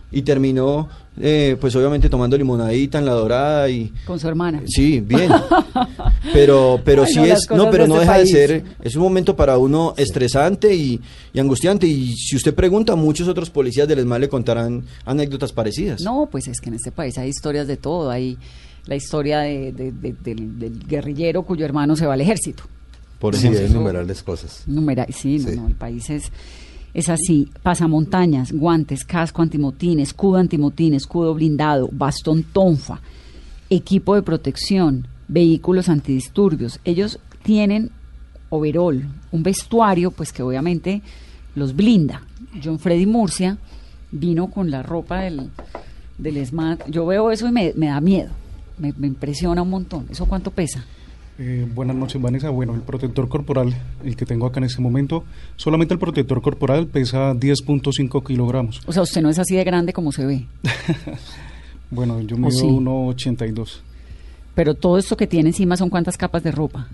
y terminó, pues obviamente tomando limonadita en La Dorada y... Con su hermana. Sí, bien. Pero Ay, sí no, las es, cosas no, pero de no este deja país. de ser, es un momento para uno estresante y angustiante. Y si usted pregunta, muchos otros policías del ESMAD le contarán anécdotas parecidas. No, pues es que en este país hay historias de todo. Hay la historia del guerrillero cuyo hermano se va al ejército. Por Sí, ejemplo. hay innumerables cosas. Sí, Sí. No, el país es así. Pasamontañas, guantes, casco antimotín, escudo blindado, bastón tonfa, equipo de protección, vehículos antidisturbios. Ellos tienen overol, un vestuario pues que obviamente los blinda. John Freddy Murcia vino con la ropa del ESMAD. Yo veo eso y me da miedo, me impresiona un montón. ¿Eso cuánto pesa? Buenas noches, Vanessa. Bueno, el protector corporal, el que tengo acá en este momento, solamente el protector corporal pesa 10.5 kilogramos. O sea, usted no es así de grande como se ve. Bueno, yo ¿O mido sí? 1,82. Pero todo esto que tiene encima son cuántas capas de ropa.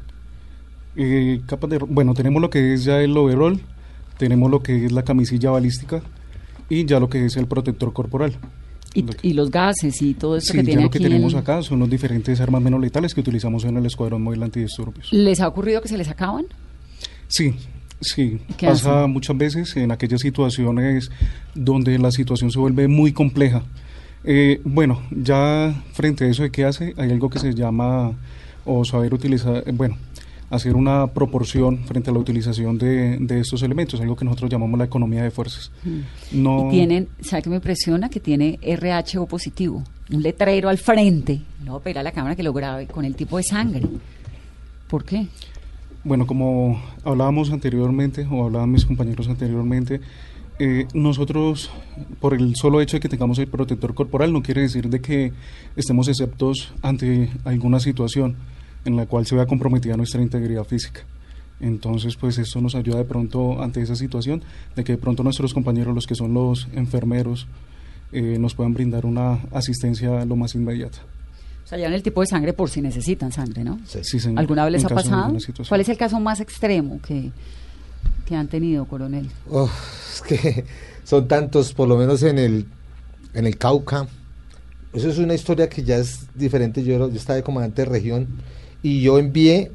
Bueno, tenemos lo que es ya el overall, tenemos lo que es la camisilla balística y ya lo que es el protector corporal. Y los gases y todo esto Sí, que tiene ya lo que aquí. tenemos acá son los diferentes armas menos letales que utilizamos en el Escuadrón Móvil Antidisturbios. ¿Les ha ocurrido que se les acaban? Sí, ¿Qué pasa hacen? muchas veces en aquellas situaciones donde la situación se vuelve muy compleja. Bueno, ya frente a eso de qué hace, hay algo que se llama, o saber utilizar, hacer una proporción frente a la utilización de estos elementos, algo que nosotros llamamos la economía de fuerzas. No, Y tienen, ¿sabe qué me impresiona? Que tiene RH positivo, un letrero al frente. Le voy a pedir a la cámara que lo grabe con el tipo de sangre. ¿Por qué? Bueno, como hablábamos anteriormente, o hablaban mis compañeros anteriormente, nosotros, por el solo hecho de que tengamos el protector corporal, no quiere decir de que estemos exceptos ante alguna situación en la cual se vea comprometida nuestra integridad física. Entonces, pues esto nos ayuda de pronto ante esa situación, de que de pronto nuestros compañeros, los que son los enfermeros, nos puedan brindar una asistencia lo más inmediata. O sea, llevan el tipo de sangre por si necesitan sangre, ¿no? Sí, señor. ¿Alguna vez les En ha caso de pasado? alguna situación. ¿Cuál es el caso más extremo que han tenido, coronel? Es que son tantos, por lo menos en el Cauca. Eso es una historia que ya es diferente. Yo estaba de comandante de región y yo envié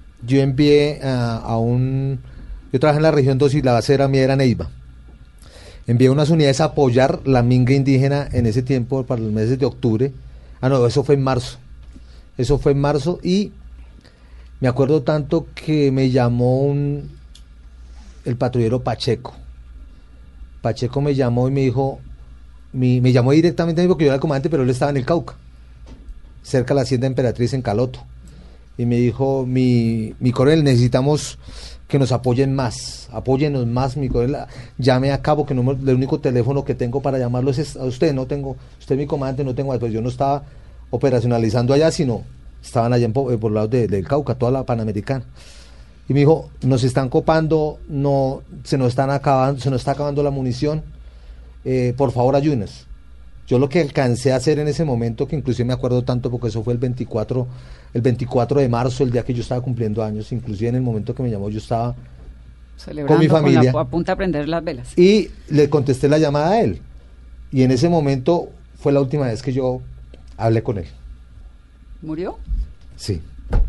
yo trabajé en la región 2 y la base mía era Neiva. Envié unas unidades a apoyar la minga indígena en ese tiempo, para los meses de octubre. Eso fue en marzo. Y me acuerdo tanto que me llamó el patrullero Pacheco. Pacheco me llamó y me dijo, me llamó directamente porque yo era el comandante, pero él estaba en el Cauca, cerca de la Hacienda Emperatriz en Caloto. Y me dijo, mi coronel, necesitamos que nos apóyennos más, mi coronel, llame a cabo, que el único teléfono que tengo para llamarlo es a usted, usted es mi comandante, no tengo, pues yo no estaba operacionalizando allá, sino estaban allá por lados del Cauca, toda la Panamericana. Y me dijo, nos están copando, se nos está acabando la munición, por favor ayúdenos. Yo lo que alcancé a hacer en ese momento, que inclusive me acuerdo tanto porque eso fue el 24 de marzo, el día que yo estaba cumpliendo años, inclusive en el momento que me llamó yo estaba celebrando con mi familia, a punta de prender las velas. y le contesté la llamada a él. Y en ese momento fue la última vez que yo hablé con él. ¿Murió? Sí.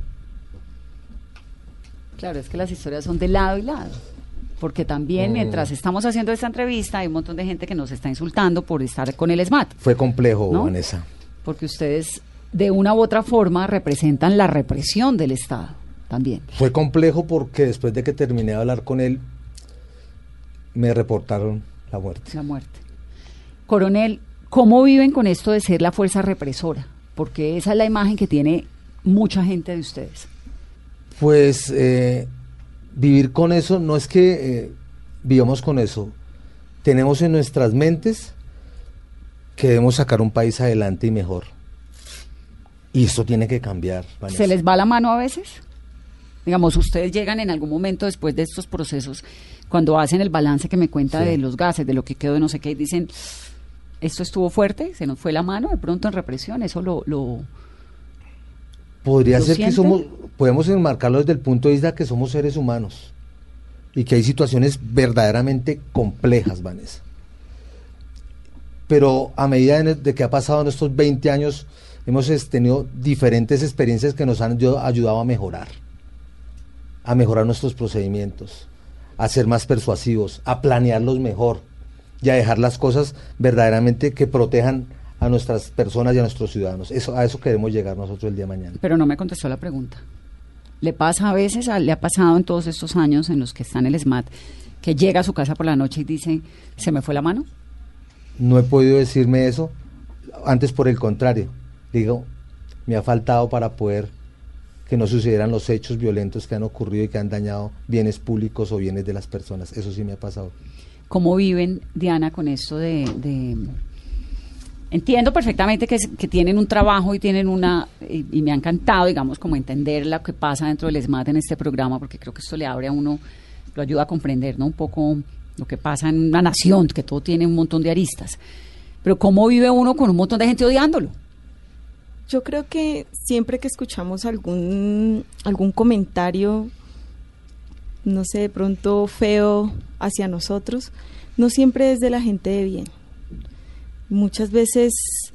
Claro, es que las historias son de lado y lado. Porque también mientras estamos haciendo esta entrevista hay un montón de gente que nos está insultando por estar con el ESMAD. Fue complejo, ¿no? Vanessa. Porque ustedes de una u otra forma representan la represión del Estado también. Fue complejo porque después de que terminé de hablar con él, me reportaron la muerte. La muerte. Coronel, ¿cómo viven con esto de ser la fuerza represora? Porque esa es la imagen que tiene mucha gente de ustedes. Pues vivir con eso, no es que vivamos con eso, tenemos en nuestras mentes que debemos sacar un país adelante y mejor. Y esto tiene que cambiar, Vanessa. ¿Se les va la mano a veces? Digamos, ustedes llegan en algún momento después de estos procesos, cuando hacen el balance que me cuenta Sí. de los gases, de lo que quedó de no sé qué, y dicen, ¿esto estuvo fuerte? ¿Se nos fue la mano de pronto en represión? ¿Eso lo Podría ¿lo ser que sienten? podemos enmarcarlo desde el punto de vista que somos seres humanos y que hay situaciones verdaderamente complejas, Vanessa. pero a medida de que ha pasado en estos 20 años, hemos tenido diferentes experiencias que nos han ayudado a mejorar nuestros procedimientos, a ser más persuasivos, a planearlos mejor y a dejar las cosas verdaderamente que protejan a nuestras personas y a nuestros ciudadanos. A eso queremos llegar nosotros el día de mañana. Pero no me contestó la pregunta. ¿Le pasa a veces, le ha pasado en todos estos años en los que está en el SMAT, que llega a su casa por la noche y dice, ¿se me fue la mano? No he podido decirme eso, antes por el contrario. Digo, me ha faltado para poder que no sucedieran los hechos violentos que han ocurrido y que han dañado bienes públicos o bienes de las personas. Eso sí me ha pasado. ¿Cómo viven, Diana, con esto de... Entiendo perfectamente que tienen un trabajo y tienen y me ha encantado, digamos, como entender lo que pasa dentro del SMAT en este programa, porque creo que esto le abre a uno, lo ayuda a comprender, ¿no? Un poco lo que pasa en una nación, que todo tiene un montón de aristas. Pero ¿cómo vive uno con un montón de gente odiándolo? Yo creo que siempre que escuchamos algún comentario, no sé, de pronto feo hacia nosotros, no siempre es de la gente de bien. Muchas veces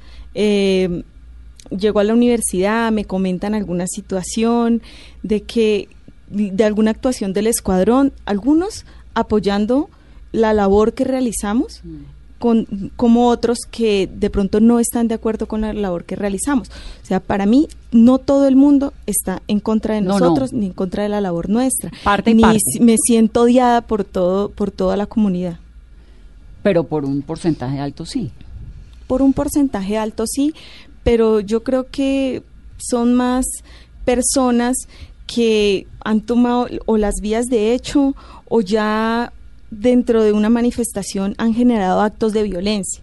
llego a la universidad, me comentan alguna situación de alguna actuación del escuadrón, algunos apoyando la labor que realizamos, como otros que de pronto no están de acuerdo con la labor que realizamos. O sea, para mí no todo el mundo está en contra de nosotros, ni en contra de la labor nuestra. Parte. Me siento odiada por toda la comunidad. Pero por un porcentaje alto sí. Por un porcentaje alto sí, pero yo creo que son más personas que han tomado o las vías de hecho o ya dentro de una manifestación han generado actos de violencia.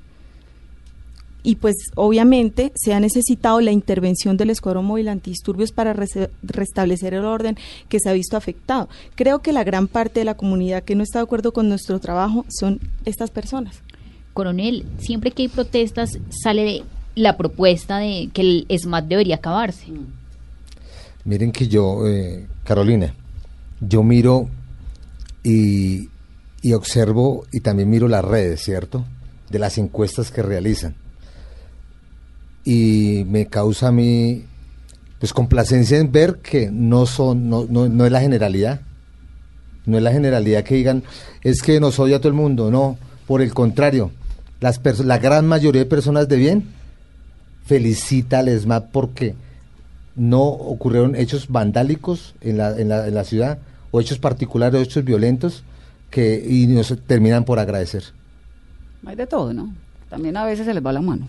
Y pues obviamente se ha necesitado la intervención del Escuadrón Móvil Antidisturbios para restablecer el orden que se ha visto afectado. Creo que la gran parte de la comunidad que no está de acuerdo con nuestro trabajo son estas personas. Coronel, siempre que hay protestas sale la propuesta de que el SMAT debería acabarse. Miren que yo, Carolina, yo miro y observo y también miro las redes, ¿cierto? De las encuestas que realizan. Y me causa a mí, pues, complacencia en ver que no es la generalidad. No es la generalidad que digan, es que nos odia todo el mundo, no, por el contrario. La gran mayoría de personas de bien felicita al SMAT porque no ocurrieron hechos vandálicos en la ciudad, o hechos particulares, o hechos violentos, y nos terminan por agradecer. Hay de todo, ¿no? También a veces se les va la mano.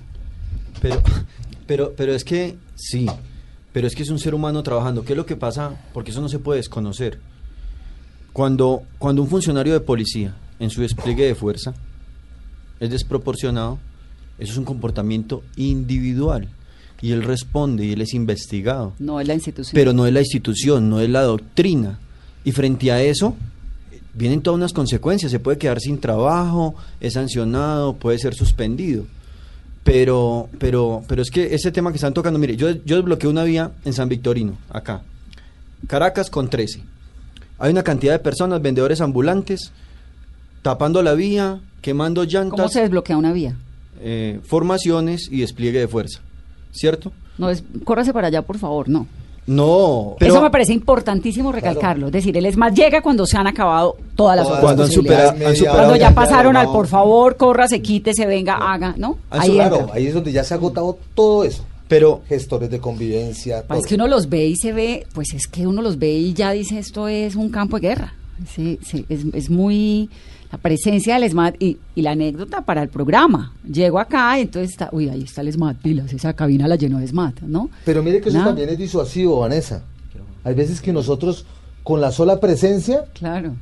Pero es que, sí, pero es que es un ser humano trabajando. ¿Qué es lo que pasa? Porque eso no se puede desconocer. Cuando un funcionario de policía, en su despliegue de fuerza, es desproporcionado, eso es un comportamiento individual y él responde y él es investigado. No es la institución. Pero no es la institución, no es la doctrina. Y frente a eso vienen todas unas consecuencias. Se puede quedar sin trabajo, es sancionado, puede ser suspendido. Pero es que ese tema que están tocando, mire, yo desbloqueé una vía en San Victorino, acá, Caracas con 13. Hay una cantidad de personas, vendedores ambulantes, tapando la vía, quemando llantas. ¿Cómo se desbloquea una vía? Formaciones y despliegue de fuerza, ¿cierto? No, córrase para allá, por favor, no. No, pero eso me parece importantísimo recalcarlo. Claro. Es decir, el SMAT llega cuando se han acabado todas las otras cuando posibilidades. Cuando ya pasaron al por favor, córrase, quítese, venga, haga, ¿no? Ahí es donde ya se ha agotado todo eso. Pero gestores de convivencia. Es que uno los ve y se ve, pues es que uno los ve y ya dice, esto es un campo de guerra. Sí, es muy... La presencia del SMAT y la anécdota para el programa. Llego acá y entonces ahí está el SMAT, pilas, esa cabina la llenó de SMAT, ¿no? Pero mire que eso también es disuasivo, Vanessa. Hay veces que nosotros, con la sola presencia, claro,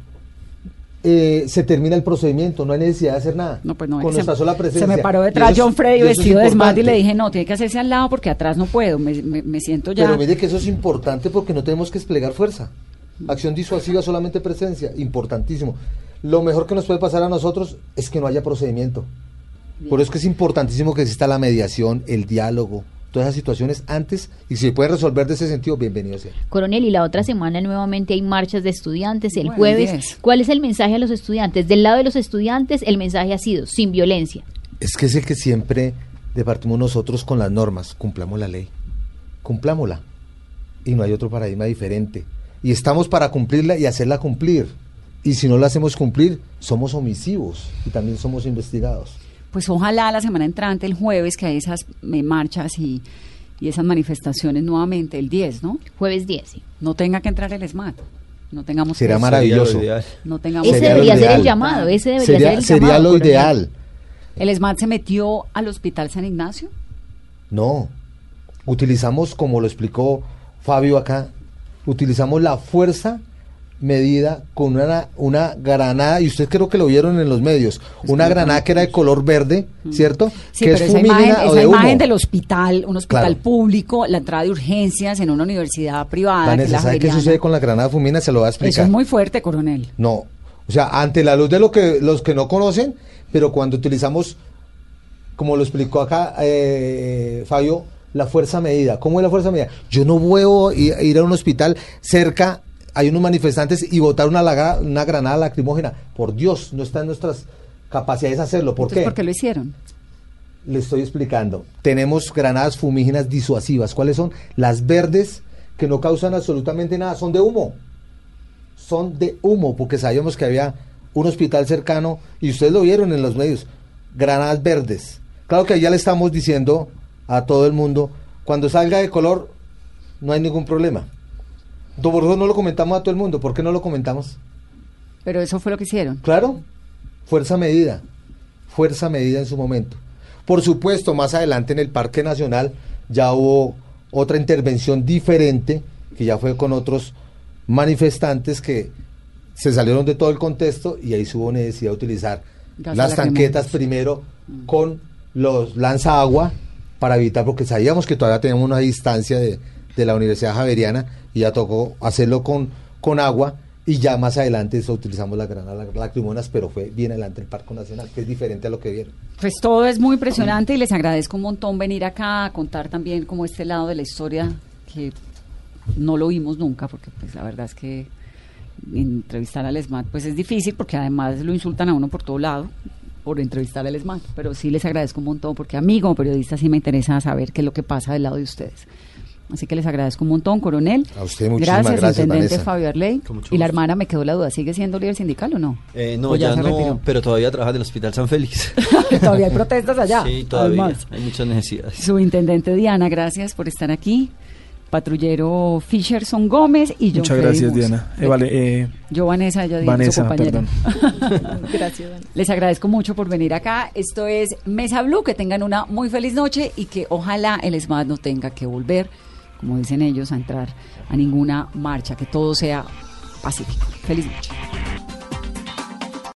se termina el procedimiento, no hay necesidad de hacer nada. No, pues no, con nuestra sola presencia. Se me paró detrás John Freddy vestido de SMAT y le dije, no, tiene que hacerse al lado porque atrás no puedo, me siento ya... Pero mire que eso es importante porque no tenemos que desplegar fuerza. Acción disuasiva, solamente presencia, importantísimo. Lo mejor que nos puede pasar a nosotros es que no haya procedimiento. Bien. Por eso es que es importantísimo que exista la mediación, el diálogo, todas esas situaciones antes, y si se puede resolver de ese sentido, bienvenido sea. Coronel, y la otra semana nuevamente hay marchas de estudiantes, el jueves. ¿Cuál es el mensaje a los estudiantes? Del lado de los estudiantes, el mensaje ha sido sin violencia. Es que es el que siempre departimos nosotros con las normas. Cumplamos la ley, cumplámosla. Y no hay otro paradigma diferente. Y estamos para cumplirla y hacerla cumplir. Y si no la hacemos cumplir, somos omisivos y también somos investigados. Pues ojalá la semana entrante, el jueves, que hay esas marchas y esas manifestaciones nuevamente, el 10, ¿no? Jueves 10, sí. No tenga que entrar el SMAT. No tengamos Sería maravilloso. No tengamos ese debería ser el llamado. Ese debería ser el llamado. Sería lo ideal. ¿El SMAT se metió al Hospital San Ignacio? No. Utilizamos, como lo explicó Fabio acá, utilizamos la fuerza medida con una granada, y ustedes creo que lo vieron en los medios, una granada que era de color verde, ¿cierto? Sí, que pero es esa fumígena imagen del hospital, un hospital claro. público, la entrada de urgencias en una universidad privada. Vanessa, ¿sabe qué sucede con la granada fumígena? Se lo voy a explicar. Eso es muy fuerte, coronel. No, o sea, ante la luz de los que no conocen, pero cuando utilizamos, como lo explicó acá Fabio, la fuerza medida. ¿Cómo es la fuerza medida? Yo no puedo ir a un hospital cerca, hay unos manifestantes y botar una granada lacrimógena. Por Dios, no está en nuestras capacidades hacerlo. ¿Por qué? ¿Por qué lo hicieron? Le estoy explicando. Tenemos granadas fumígenas disuasivas. ¿Cuáles son? Las verdes, que no causan absolutamente nada, son de humo. Son de humo, porque sabíamos que había un hospital cercano, y ustedes lo vieron en los medios, granadas verdes. Claro que ya le estamos diciendo a todo el mundo, cuando salga de color, no hay ningún problema. Por eso no lo comentamos a todo el mundo. ¿Por qué no lo comentamos? Pero eso fue lo que hicieron. Claro, fuerza medida en su momento. Por supuesto, más adelante en el Parque Nacional ya hubo otra intervención diferente, que ya fue con otros manifestantes que se salieron de todo el contexto, y ahí hubo necesidad de utilizar las tanquetas primero con los lanzaagua para evitar, porque sabíamos que todavía teníamos una distancia de la Universidad Javeriana, y ya tocó hacerlo con agua, y ya más adelante eso utilizamos las granadas lacrimógenas, pero fue bien adelante el Parque Nacional, que es diferente a lo que vieron. Pues todo es muy impresionante y les agradezco un montón venir acá a contar también como este lado de la historia que no lo vimos nunca, porque pues la verdad es que entrevistar al SMAT pues es difícil, porque además lo insultan a uno por todo lado por entrevistar al SMAT, pero sí les agradezco un montón, porque a mí como periodista sí me interesa saber qué es lo que pasa del lado de ustedes. Así que les agradezco un montón, coronel. A usted muchísimas gracias, intendente Vanessa. Fabio Arley. Y la hermana, me quedó la duda, ¿sigue siendo líder sindical o no? No, ya no, retiró? Pero todavía trabaja en el Hospital San Félix. Todavía hay protestas allá. Sí, todavía, además. Hay muchas necesidades. Subintendente Diana, gracias por estar aquí. Patrullero Fisherson Gómez y yo. Muchas gracias, Diana. Yo, Vanessa, ya dije su compañera. Gracias, Vanessa. Les agradezco mucho por venir acá. Esto es Mesa Blue. Que tengan una muy feliz noche y que ojalá el SMAT no tenga que volver, como dicen ellos, a entrar a ninguna marcha, que todo sea pacífico. Feliz noche.